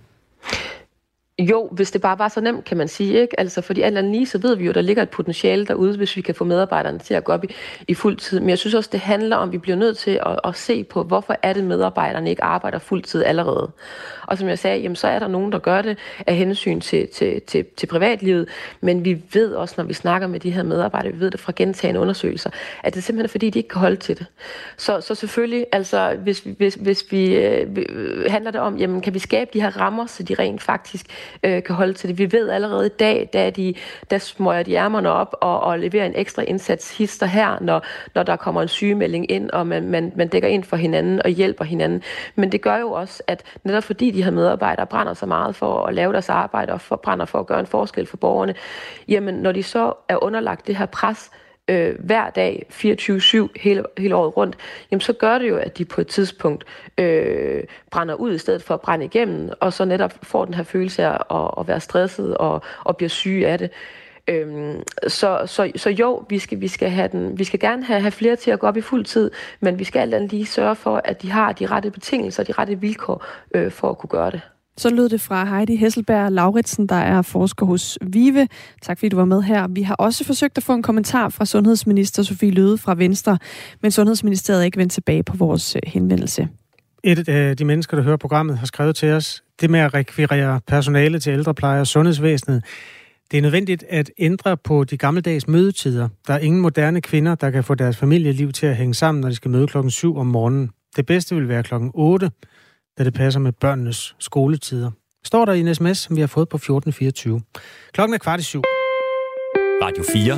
Jo, hvis det bare var så nemt, kan man sige, ikke? Altså, fordi alt andet lige, så ved vi jo, der ligger et potentiale derude, hvis vi kan få medarbejderne til at gå op i, i fuld tid. Men jeg synes også, det handler om, at vi bliver nødt til at, at se på, hvorfor er det, medarbejderne ikke arbejder fuld tid allerede. Og som jeg sagde, jamen, så er der nogen, der gør det af hensyn til, til, til, til privatlivet. Men vi ved også, når vi snakker med de her medarbejdere, vi ved det fra gentagne undersøgelser, at det er simpelthen fordi, de ikke kan holde til det. Så, så selvfølgelig, altså, hvis, hvis, hvis vi øh, handler det om, jamen, kan vi skabe de her rammer, så de rent faktisk øh, kan holde til det. Vi ved allerede i dag, da de, der smøger de ærmerne op og, og leverer en ekstra indsats hister her, når, når der kommer en sygemelding ind, og man, man, man dækker ind for hinanden og hjælper hinanden. Men det gør jo også, at netop fordi de her medarbejdere brænder så meget for at lave deres arbejde og for, brænder for at gøre en forskel for borgerne, jamen når de så er underlagt det her pres, Øh, hver dag, fireogtyve syv, hele, hele året rundt, jamen så gør det jo, at de på et tidspunkt øh, brænder ud i stedet for at brænde igennem, og så netop får den her følelse af at, at være stresset og, og bliver syge af det. Øhm, så, så, så jo, vi skal, vi skal, have den, vi skal gerne have, have flere til at gå op i fuld tid, men vi skal alt andet lige sørge for, at de har de rette betingelser, de rette vilkår øh, for at kunne gøre det. Så lød det fra Heidi Hesselberg Lauritsen, der er forsker hos VIVE. Tak fordi du var med her. Vi har også forsøgt at få en kommentar fra sundhedsminister Sophie Løhde fra Venstre, men Sundhedsministeriet er ikke vendt tilbage på vores henvendelse. Et af de mennesker, der hører programmet, har skrevet til os, det med at rekvirere personale til ældrepleje og sundhedsvæsenet, det er nødvendigt at ændre på de gammeldags mødetider. Der er ingen moderne kvinder, der kan få deres familieliv til at hænge sammen, når de skal møde klokken syv om morgenen. Det bedste vil være klokken otte, da det passer med børnenes skoletider. Står der i en sms, som vi har fået på fjorten fireogtyve. Klokken er kvart i syv. Radio fire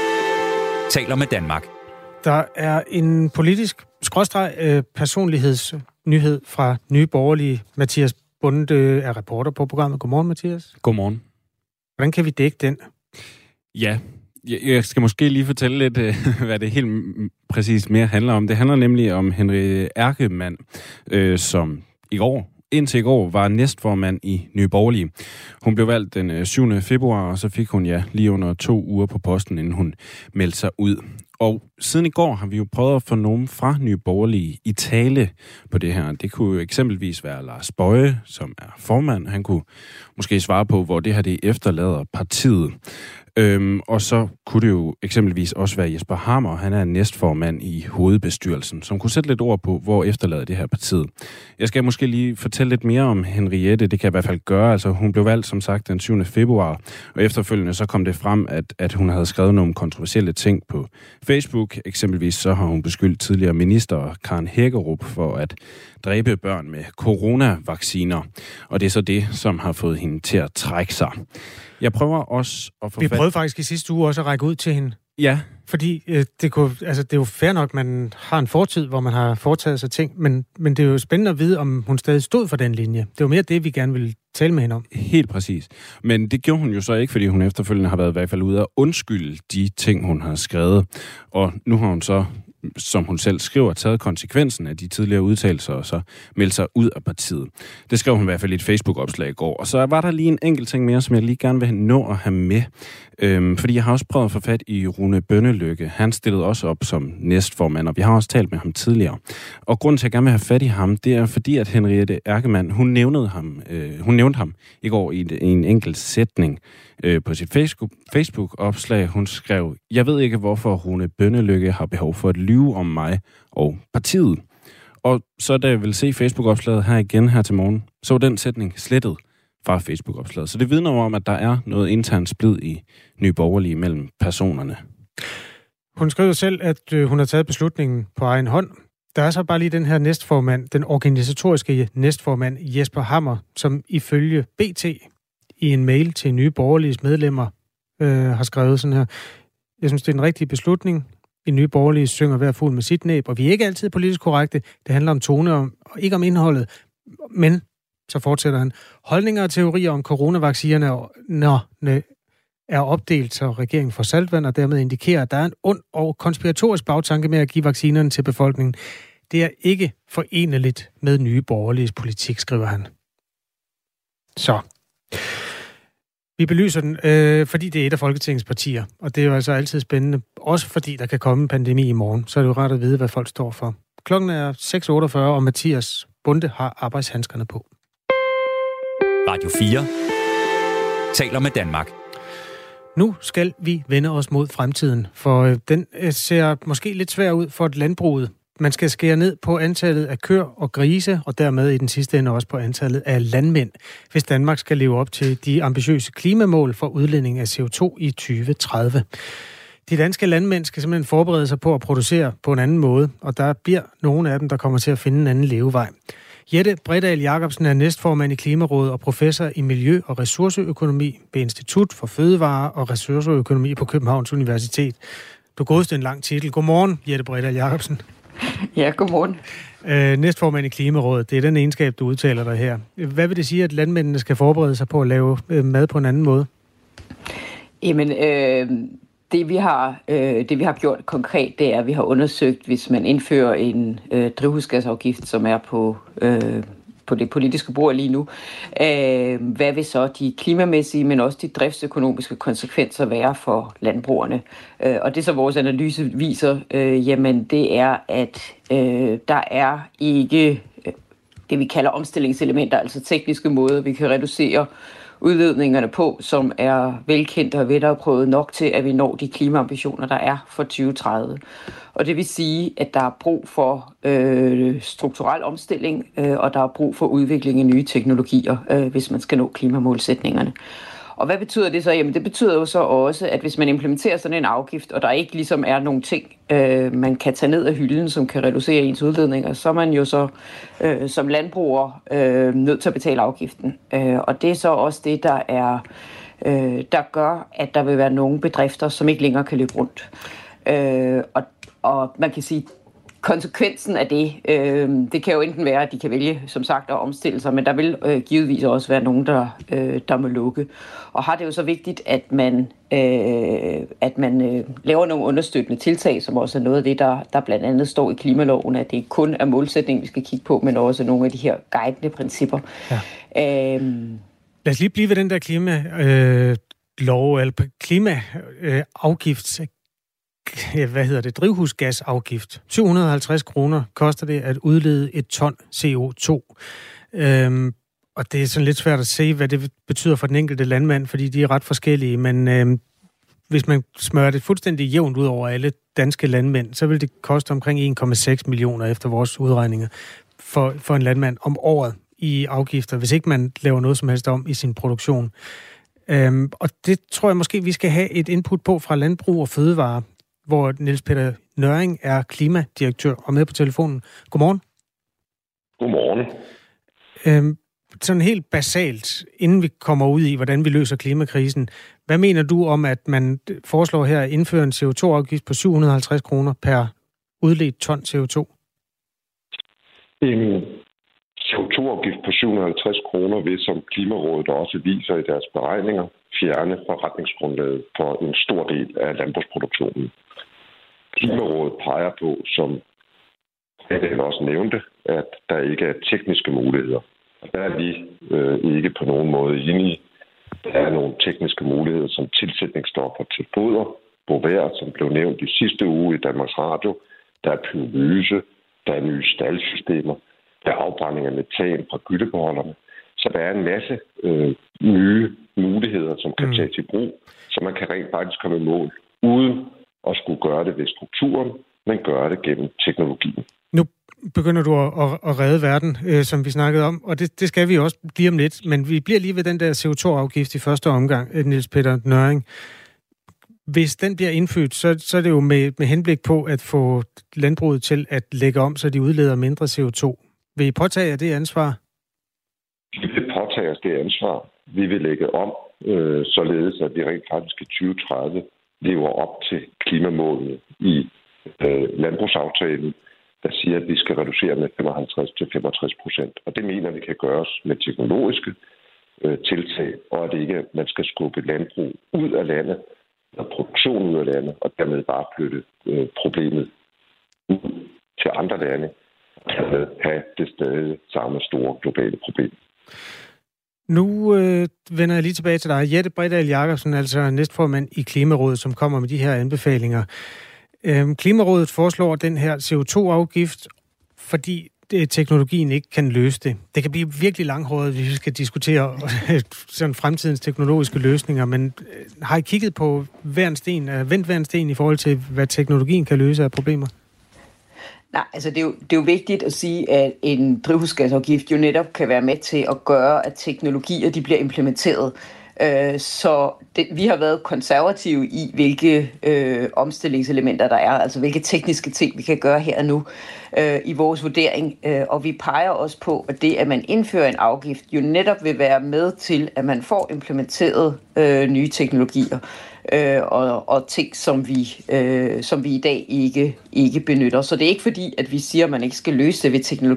taler med Danmark. Der er en politisk skråstreg øh, personlighedsnyhed fra Nye Borgerlige. Mathias Bonde er reporter på programmet. Godmorgen, Mathias. Godmorgen. Hvordan kan vi dække den? Ja, jeg skal måske lige fortælle lidt, hvad det helt præcis mere handler om. Det handler nemlig om Henriette Erkemand, øh, som i går, indtil i går, var næstformand i Nye Borgerlige. Hun blev valgt den syvende februar, og så fik hun ja lige under to uger på posten, inden hun meldte sig ud. Og siden i går har vi jo prøvet at få nogen fra Nye Borgerlige i tale på det her. Det kunne jo eksempelvis være Lars Boje, som er formand. Han kunne måske svare på, hvor det her det efterlader partiet. Øhm, og så kunne det jo eksempelvis også være Jesper Hammer, han er næstformand i hovedbestyrelsen, som kunne sætte lidt ord på, hvor efterlader det her partiet. Jeg skal måske lige fortælle lidt mere om Henriette, det kan jeg i hvert fald gøre. Altså, hun blev valgt, som sagt, den syvende februar, og efterfølgende så kom det frem, at, at hun havde skrevet nogle kontroversielle ting på Facebook. Eksempelvis så har hun beskyldt tidligere minister Karen Hækkerup for at dræbe børn med coronavacciner, og det er så det, som har fået hende til at trække sig. Jeg prøver også at få Vi prøvede faktisk i sidste uge også at række ud til hende. Ja. Fordi øh, det, kunne, altså, det er jo fair nok, at man har en fortid, hvor man har foretaget sig ting, men, men det er jo spændende at vide, om hun stadig stod for den linje. Det var mere det, vi gerne ville tale med hende om. Helt præcis. Men det gjorde hun jo så ikke, fordi hun efterfølgende har været i hvert fald ude at undskylde de ting, hun har skrevet. Og nu har hun så, som hun selv skriver, taget konsekvensen af de tidligere udtalelser og så meldt sig ud af partiet. Det skrev hun i hvert fald i et Facebook-opslag i går. Og så var der lige en enkelt ting mere, som jeg lige gerne vil nå at have med. Øhm, fordi jeg har også prøvet at få fat i Rune Bønnelykke. Han stillede også op som næstformand, og vi har også talt med ham tidligere. Og grunden til, at jeg gerne vil have fat i ham, det er fordi, at Henriette Erkemand, hun nævnte ham, øh, hun nævnte ham i går i, i en enkelt sætning øh, på sit Facebook-opslag. Hun skrev, jeg ved ikke, hvorfor Rune Bønnelykke har behov for at lyve om mig og partiet. Og så da jeg vil se Facebook-opslaget her igen her til morgen, så var den sætning slettet fra Facebook-opslaget. Så det vidner om, at der er noget internt splid i Nye Borgerlige mellem personerne. Hun skriver selv, at øh, hun har taget beslutningen på egen hånd. Der er så bare lige den her næstformand, den organisatoriske næstformand Jesper Hammer, som ifølge B T i en mail til Nye Borgerliges medlemmer øh, har skrevet sådan her. Jeg synes, det er en rigtig beslutning. I Nye Borgerlige synger hver fugl med sit næb, og vi er ikke altid politisk korrekte. Det handler om tone og ikke om indholdet. Men, så fortsætter han, holdninger og teorier om coronavaccinerne er opdelt, så regeringen får saltvand, og dermed indikerer, at der er en ond og konspiratorisk bagtanke med at give vaccinerne til befolkningen. Det er ikke foreneligt med Nye Borgerliges politik, skriver han. Så. Vi belyser den, øh, fordi det er et af Folketingets partier, og det er jo altså altid spændende, også fordi der kan komme en pandemi i morgen, så er det jo rart at vide, hvad folk står for. Klokken er seks otteogfyrre, og Mathias Bonde har arbejdshandskerne på. Radio fire taler med Danmark. Nu skal vi vende os mod fremtiden, for øh, den øh, ser måske lidt svær ud for et landbruget. Man skal skære ned på antallet af køer og grise, og dermed i den sidste ende også på antallet af landmænd, hvis Danmark skal leve op til de ambitiøse klimamål for udledning af C O to i tyve tredive. De danske landmænd skal simpelthen forberede sig på at producere på en anden måde, og der bliver nogle af dem, der kommer til at finde en anden levevej. Jette Bredahl Jacobsen er næstformand i Klimarådet og professor i miljø- og ressourceøkonomi ved Institut for Fødevare og Ressourceøkonomi på Københavns Universitet. Du godeste en lang titel. Godmorgen, Jette Bredahl Jacobsen. Ja, godmorgen. Øh, næstformand i Klimarådet, det er den egenskab, du udtaler dig her. Hvad vil det sige, at landmændene skal forberede sig på at lave øh, mad på en anden måde? Jamen, øh, det, vi har, øh, det vi har gjort konkret, det er, at vi har undersøgt, hvis man indfører en øh, drivhusgasafgift, som er på, øh, på det politiske bord lige nu. Øh, hvad vil så de klimamæssige, men også de driftsøkonomiske konsekvenser være for landbrugerne? Øh, og det så vores analyse viser, øh, jamen det er, at øh, der er ikke det, vi kalder omstillingselementer, altså tekniske måder, vi kan reducere udledningerne på, som er velkendte og vetterprøvet nok til, at vi når de klimaambitioner, der er for tyve tredive. Og det vil sige, at der er brug for øh, strukturel omstilling, øh, og der er brug for udvikling af nye teknologier, øh, hvis man skal nå klimamålsætningerne. Og hvad betyder det så? Jamen det betyder jo så også, at hvis man implementerer sådan en afgift, og der ikke ligesom er nogen ting, øh, man kan tage ned af hylden, som kan reducere ens udledninger, så er man jo så øh, som landbruger øh, nødt til at betale afgiften. Øh, og det er så også det, der er, øh, der gør, at der vil være nogle bedrifter, som ikke længere kan løbe rundt. Øh, og, og man kan sige, konsekvensen af det, øh, det kan jo enten være, at de kan vælge, som sagt, at omstille sig, men der vil øh, givetvis også være nogen, der, øh, der må lukke. Og har det jo så vigtigt, at man, øh, at man øh, laver nogle understøttende tiltag, som også er noget af det, der, der blandt andet står i klimaloven, at det ikke kun er målsætningen, vi skal kigge på, men også nogle af de her guidende principper. Ja. Øhm, Lad os lige blive ved den der klimalov, øh, eller klimaafgift. Øh, hvad hedder det, drivhusgasafgift. syv hundrede og halvtreds kroner koster det at udlede et ton C O to. Øhm, og det er sådan lidt svært at se, hvad det betyder for den enkelte landmand, fordi de er ret forskellige, men øhm, hvis man smører det fuldstændig jævnt ud over alle danske landmænd, så vil det koste omkring en komma seks millioner efter vores udregninger for, for en landmand om året i afgifter, hvis ikke man laver noget som helst om i sin produktion. Øhm, og det tror jeg måske, vi skal have et input på fra Landbrug og Fødevare, hvor Niels Peter Nøring er klimadirektør og med på telefonen. Godmorgen. Godmorgen. Øhm, sådan helt basalt, inden vi kommer ud i, hvordan vi løser klimakrisen, hvad mener du om, at man foreslår her at indføre en C O to afgift på syv hundrede og halvtreds kroner per udledt ton C O to? En C O to afgift på syv hundrede og halvtreds kroner vil, som Klimarådet også viser i deres beregninger, fjerne forretningsgrundlaget for en stor del af landbrugsproduktionen. Klimarådet peger på, som jeg også nævnte, at der ikke er tekniske muligheder. Og der er vi øh, ikke på nogen måde enige. Der er nogle tekniske muligheder som tilsætningsstoffer til foder, bovær, som blev nævnt i sidste uge i Danmarks Radio. Der er pyrolyse, der er nye staldsystemer, der er afbrænding af metan fra gyttebeholderne. Så der er en masse øh, nye muligheder, som kan mm. tages i brug, så man kan rent faktisk komme i mål, uden at skulle gøre det ved strukturen, men gøre det gennem teknologien. Nu begynder du at, at, at redde verden, øh, som vi snakkede om, og det, det skal vi også lige om lidt, men vi bliver lige ved den der C O to afgift i første omgang, Niels Peter Nøring. Hvis den bliver indført, så, så er det jo med, med henblik på at få landbruget til at lægge om, så de udleder mindre C O to. Vil I påtage jer det ansvar? Vi vil påtage os det ansvar. Vi vil lægge om, øh, således at vi rent faktisk i tyve tredive lever op til klimamålene i øh, landbrugsaftalen, der siger, at vi skal reducere med femoghalvtreds til femogtres procent. Og det mener vi kan gøres med teknologiske øh, tiltag, og at det ikke man skal skubbe landbrug ud af landet, og produktion ud af landet, og dermed bare flytte øh, problemet ud til andre lande, og dermed have det stadig samme store globale problem. Nu øh, vender jeg lige tilbage til dig. Jette Bredahl Jacobsen, altså næstformand i Klimarådet, som kommer med de her anbefalinger. Øhm, Klimarådet foreslår den her C O to afgift, fordi det, teknologien ikke kan løse det. Det kan blive virkelig langhåret, hvis vi skal diskutere sådan fremtidens teknologiske løsninger, men øh, har I kigget på hver en sten, øh, vendt hver en sten i forhold til, hvad teknologien kan løse af problemer? Nej, altså det er, jo, det er jo vigtigt at sige, at en drivhusgasafgift jo netop kan være med til at gøre, at teknologier de bliver implementeret. Øh, så det, vi har været konservative i, hvilke øh, omstillingselementer der er, altså hvilke tekniske ting vi kan gøre her og nu øh, i vores vurdering. Øh, og vi peger også på, at det, at man indfører en afgift, jo netop vil være med til, at man får implementeret øh, nye teknologier. Øh, og, og ting, som vi, øh, som vi i dag ikke, ikke benytter. Så det er ikke fordi, at vi siger, at man ikke skal løse det ved teknologi.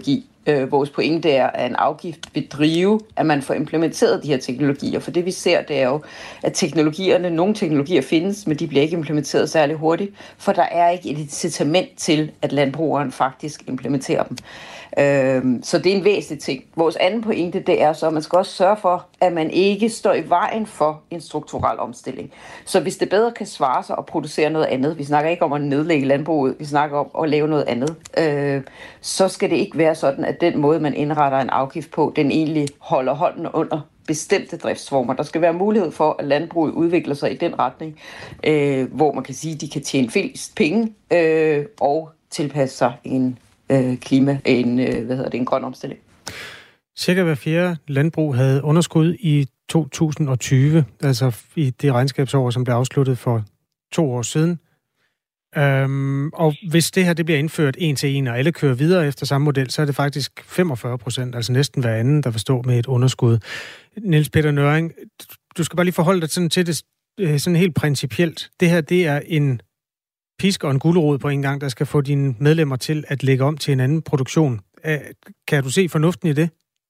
Øh, vores pointe er, at en afgift vil drive, at man får implementeret de her teknologier. For det vi ser, det er jo, at teknologierne, nogle teknologier findes, men de bliver ikke implementeret særlig hurtigt, for der er ikke et incitament til, at landbrugeren faktisk implementerer dem. Øh, så det er en væsentlig ting. Vores anden pointe, det er så, at man skal også sørge for, at man ikke står i vejen for en strukturel omstilling. Så hvis det bedre kan svare sig at producere noget andet, vi snakker ikke om at nedlægge landbruget, vi snakker om at lave noget andet, øh, så skal det ikke være sådan, at den måde, man indretter en afgift på, den egentlig holder hånden under bestemte driftsformer. Der skal være mulighed for, at landbruget udvikler sig i den retning, øh, hvor man kan sige, at de kan tjene flest penge øh, og tilpasse sig en øh, klima, en, øh, hvad hedder det, en grøn omstilling. Cirka hver fjerde landbrug havde underskud i to tusind og tyve, altså i det regnskabsår, som blev afsluttet for to år siden. Øhm, og hvis det her det bliver indført en til en, og alle kører videre efter samme model, så er det faktisk femogfyrre procent, altså næsten hver anden, der vil stå med et underskud. Niels Peter Nøring, du skal bare lige forholde dig sådan til det sådan helt principielt. Det her, det er en pisk og en gulerod på en gang, der skal få dine medlemmer til at lægge om til en anden produktion. Kan du se fornuften i det?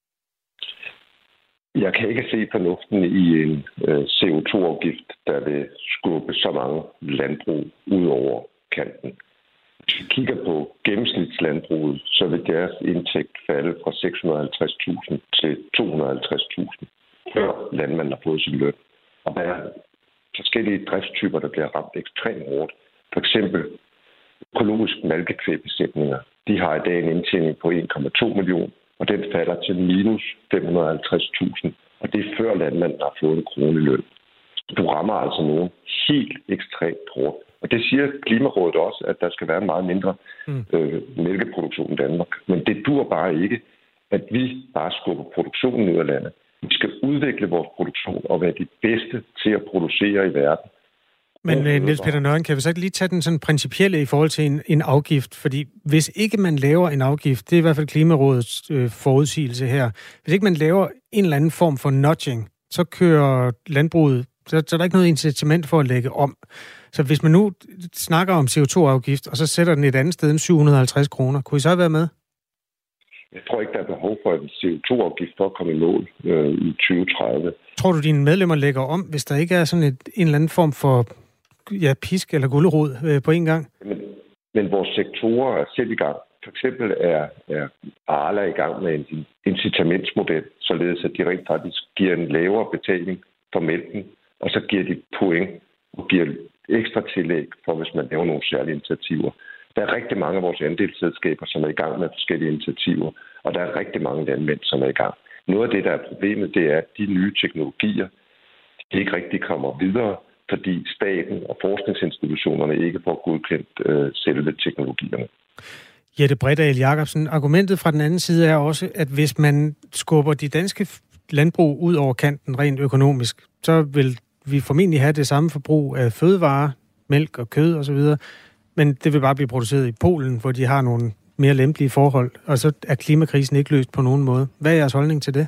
Jeg kan ikke se fornuften i en øh, C O to afgift, der vil skubbe så mange landbrug ud over kanten. Hvis vi kigger på gennemsnitslandbruget, så vil deres indtægt falde fra seks hundrede og halvtreds tusind til to hundrede og halvtreds tusind, før landmanden har fået sin løn. Og der er forskellige driftstyper, der bliver ramt ekstremt hårdt. For eksempel økologisk malkekvægbesætninger. De har i dag en indtjening på en komma to million, og den falder til minus fem hundrede og halvtreds tusind. Og det er før landmanden har fået en krone i løn. Du rammer altså nogen helt ekstremt hårdt. Og det siger Klimarådet også, at der skal være meget mindre mm. øh, mælkeproduktion i Danmark. Men det dur bare ikke, at vi bare skubber produktionen ud af landet. Vi skal udvikle vores produktion og være de bedste til at producere i verden. Men uh, Niels Peter Nøring, kan vi så ikke lige tage den sådan principielle i forhold til en, en afgift? Fordi hvis ikke man laver en afgift, det er i hvert fald Klimarådets øh, forudsigelse her, hvis ikke man laver en eller anden form for nudging, så kører landbruget, så, så er der ikke noget incitament for at lægge om. Så hvis man nu snakker om C O to afgift, og så sætter den et andet sted end syv hundrede og halvtreds kroner, kunne I så være med? Jeg tror ikke, der er behov for en C O to afgift for at komme i mål øh, i tyve tredive. Tror du, dine medlemmer lægger om, hvis der ikke er sådan et, en eller anden form for ja, pisk eller gulerod øh, på en gang? Men, men vores sektorer er selv i gang. For eksempel er, er Arla i gang med en incitamentsmodel, således at de rent faktisk giver en lavere betaling for mælken, og så giver de point og giver ekstra tillæg for, hvis man laver nogle særlige initiativer. Der er rigtig mange af vores andelsselskaber, som er i gang med forskellige initiativer, og der er rigtig mange landmænd, som er i gang. Noget af det, der er problemet, det er, at de nye teknologier de ikke rigtig kommer videre, fordi staten og forskningsinstitutionerne ikke får godkendt øh, selve teknologierne. Jette Bredahl Jacobsen, argumentet fra den anden side er også, at hvis man skubber de danske landbrug ud over kanten rent økonomisk, så vil vi formentlig have det samme forbrug af fødevarer, mælk og kød osv., men det vil bare blive produceret i Polen, hvor de har nogle mere lempelige forhold, og så er klimakrisen ikke løst på nogen måde. Hvad er jeres holdning til det?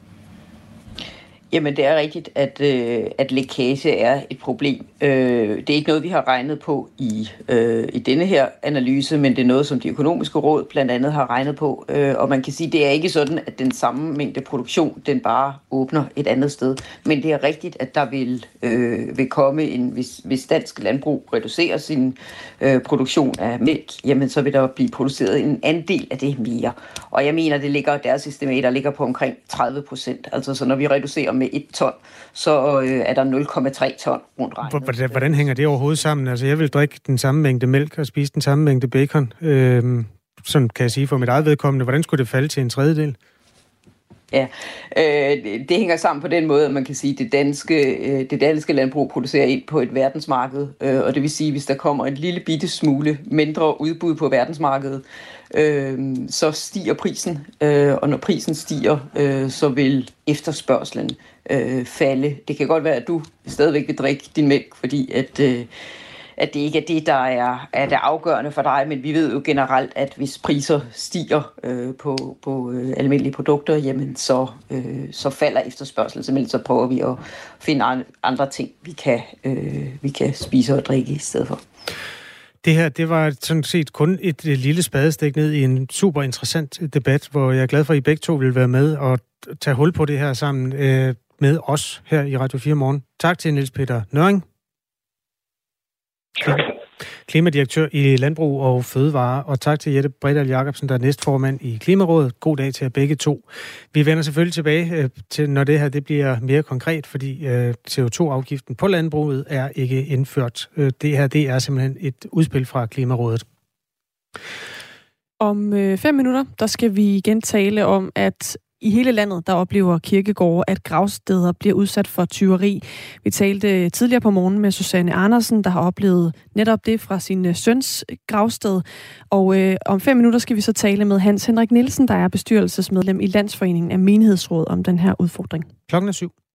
Jamen, det er rigtigt, at, øh, at lækage er et problem. Øh, det er ikke noget, vi har regnet på i, øh, i denne her analyse, men det er noget, som de økonomiske råd blandt andet har regnet på. Øh, og man kan sige, at det er ikke sådan, at den samme mængde produktion, den bare åbner et andet sted. Men det er rigtigt, at der vil, øh, vil komme en, hvis, hvis dansk landbrug reducerer sin øh, produktion af mælk, jamen så vil der blive produceret en andel af det mere. Og jeg mener, det ligger, deres estimater ligger på omkring tredive procent. Altså så når vi reducerer med et ton, så øh, er der nul komma tre ton rundt regnet. Hvordan, hvordan hænger det overhovedet sammen? Altså, jeg vil drikke den samme mængde mælk og spise den samme mængde bacon. Øhm, sådan kan jeg sige for mit eget vedkommende. Hvordan skulle det falde til en tredjedel? Ja, øh, det, det hænger sammen på den måde, at man kan sige, at det danske, øh, det danske landbrug producerer ind på et verdensmarked, øh, og det vil sige, at hvis der kommer en lille bitte smule mindre udbud på verdensmarkedet, øh, så stiger prisen, øh, og når prisen stiger, øh, så vil efterspørgslen øh, falde. Det kan godt være, at du stadigvæk vil drikke din mælk, fordi at øh, at det ikke er det, der er, er det afgørende for dig, men vi ved jo generelt, at hvis priser stiger øh, på, på øh, almindelige produkter, jamen så, øh, så falder efterspørgselen. Simpelthen så prøver vi at finde andre ting, vi kan, øh, vi kan spise og drikke i stedet for. Det her, det var sådan set kun et, et lille spadestik ned i en super interessant debat, hvor jeg er glad for, at I begge to vil være med og tage hul på det her sammen øh, med os her i Radio fire Morgen. Tak til Niels Peter Nøring, klimadirektør i Landbrug og Fødevare, og tak til Jette Bredahl Jacobsen, der er næstformand i Klimarådet. God dag til jer begge to. Vi vender selvfølgelig tilbage øh, til, når det her det bliver mere konkret, fordi øh, C O to afgiften på landbruget er ikke indført. Øh, det her det er simpelthen et udspil fra Klimarådet. Om øh, fem minutter, der skal vi igen tale om, at i hele landet, der oplever kirkegårde, at gravsteder bliver udsat for tyveri. Vi talte tidligere på morgen med Susanne Andersen, der har oplevet netop det fra sin søns gravsted. Og øh, om fem minutter skal vi så tale med Hans Henrik Nielsen, der er bestyrelsesmedlem i Landsforeningen af Menighedsråd om den her udfordring. Klokken er syv.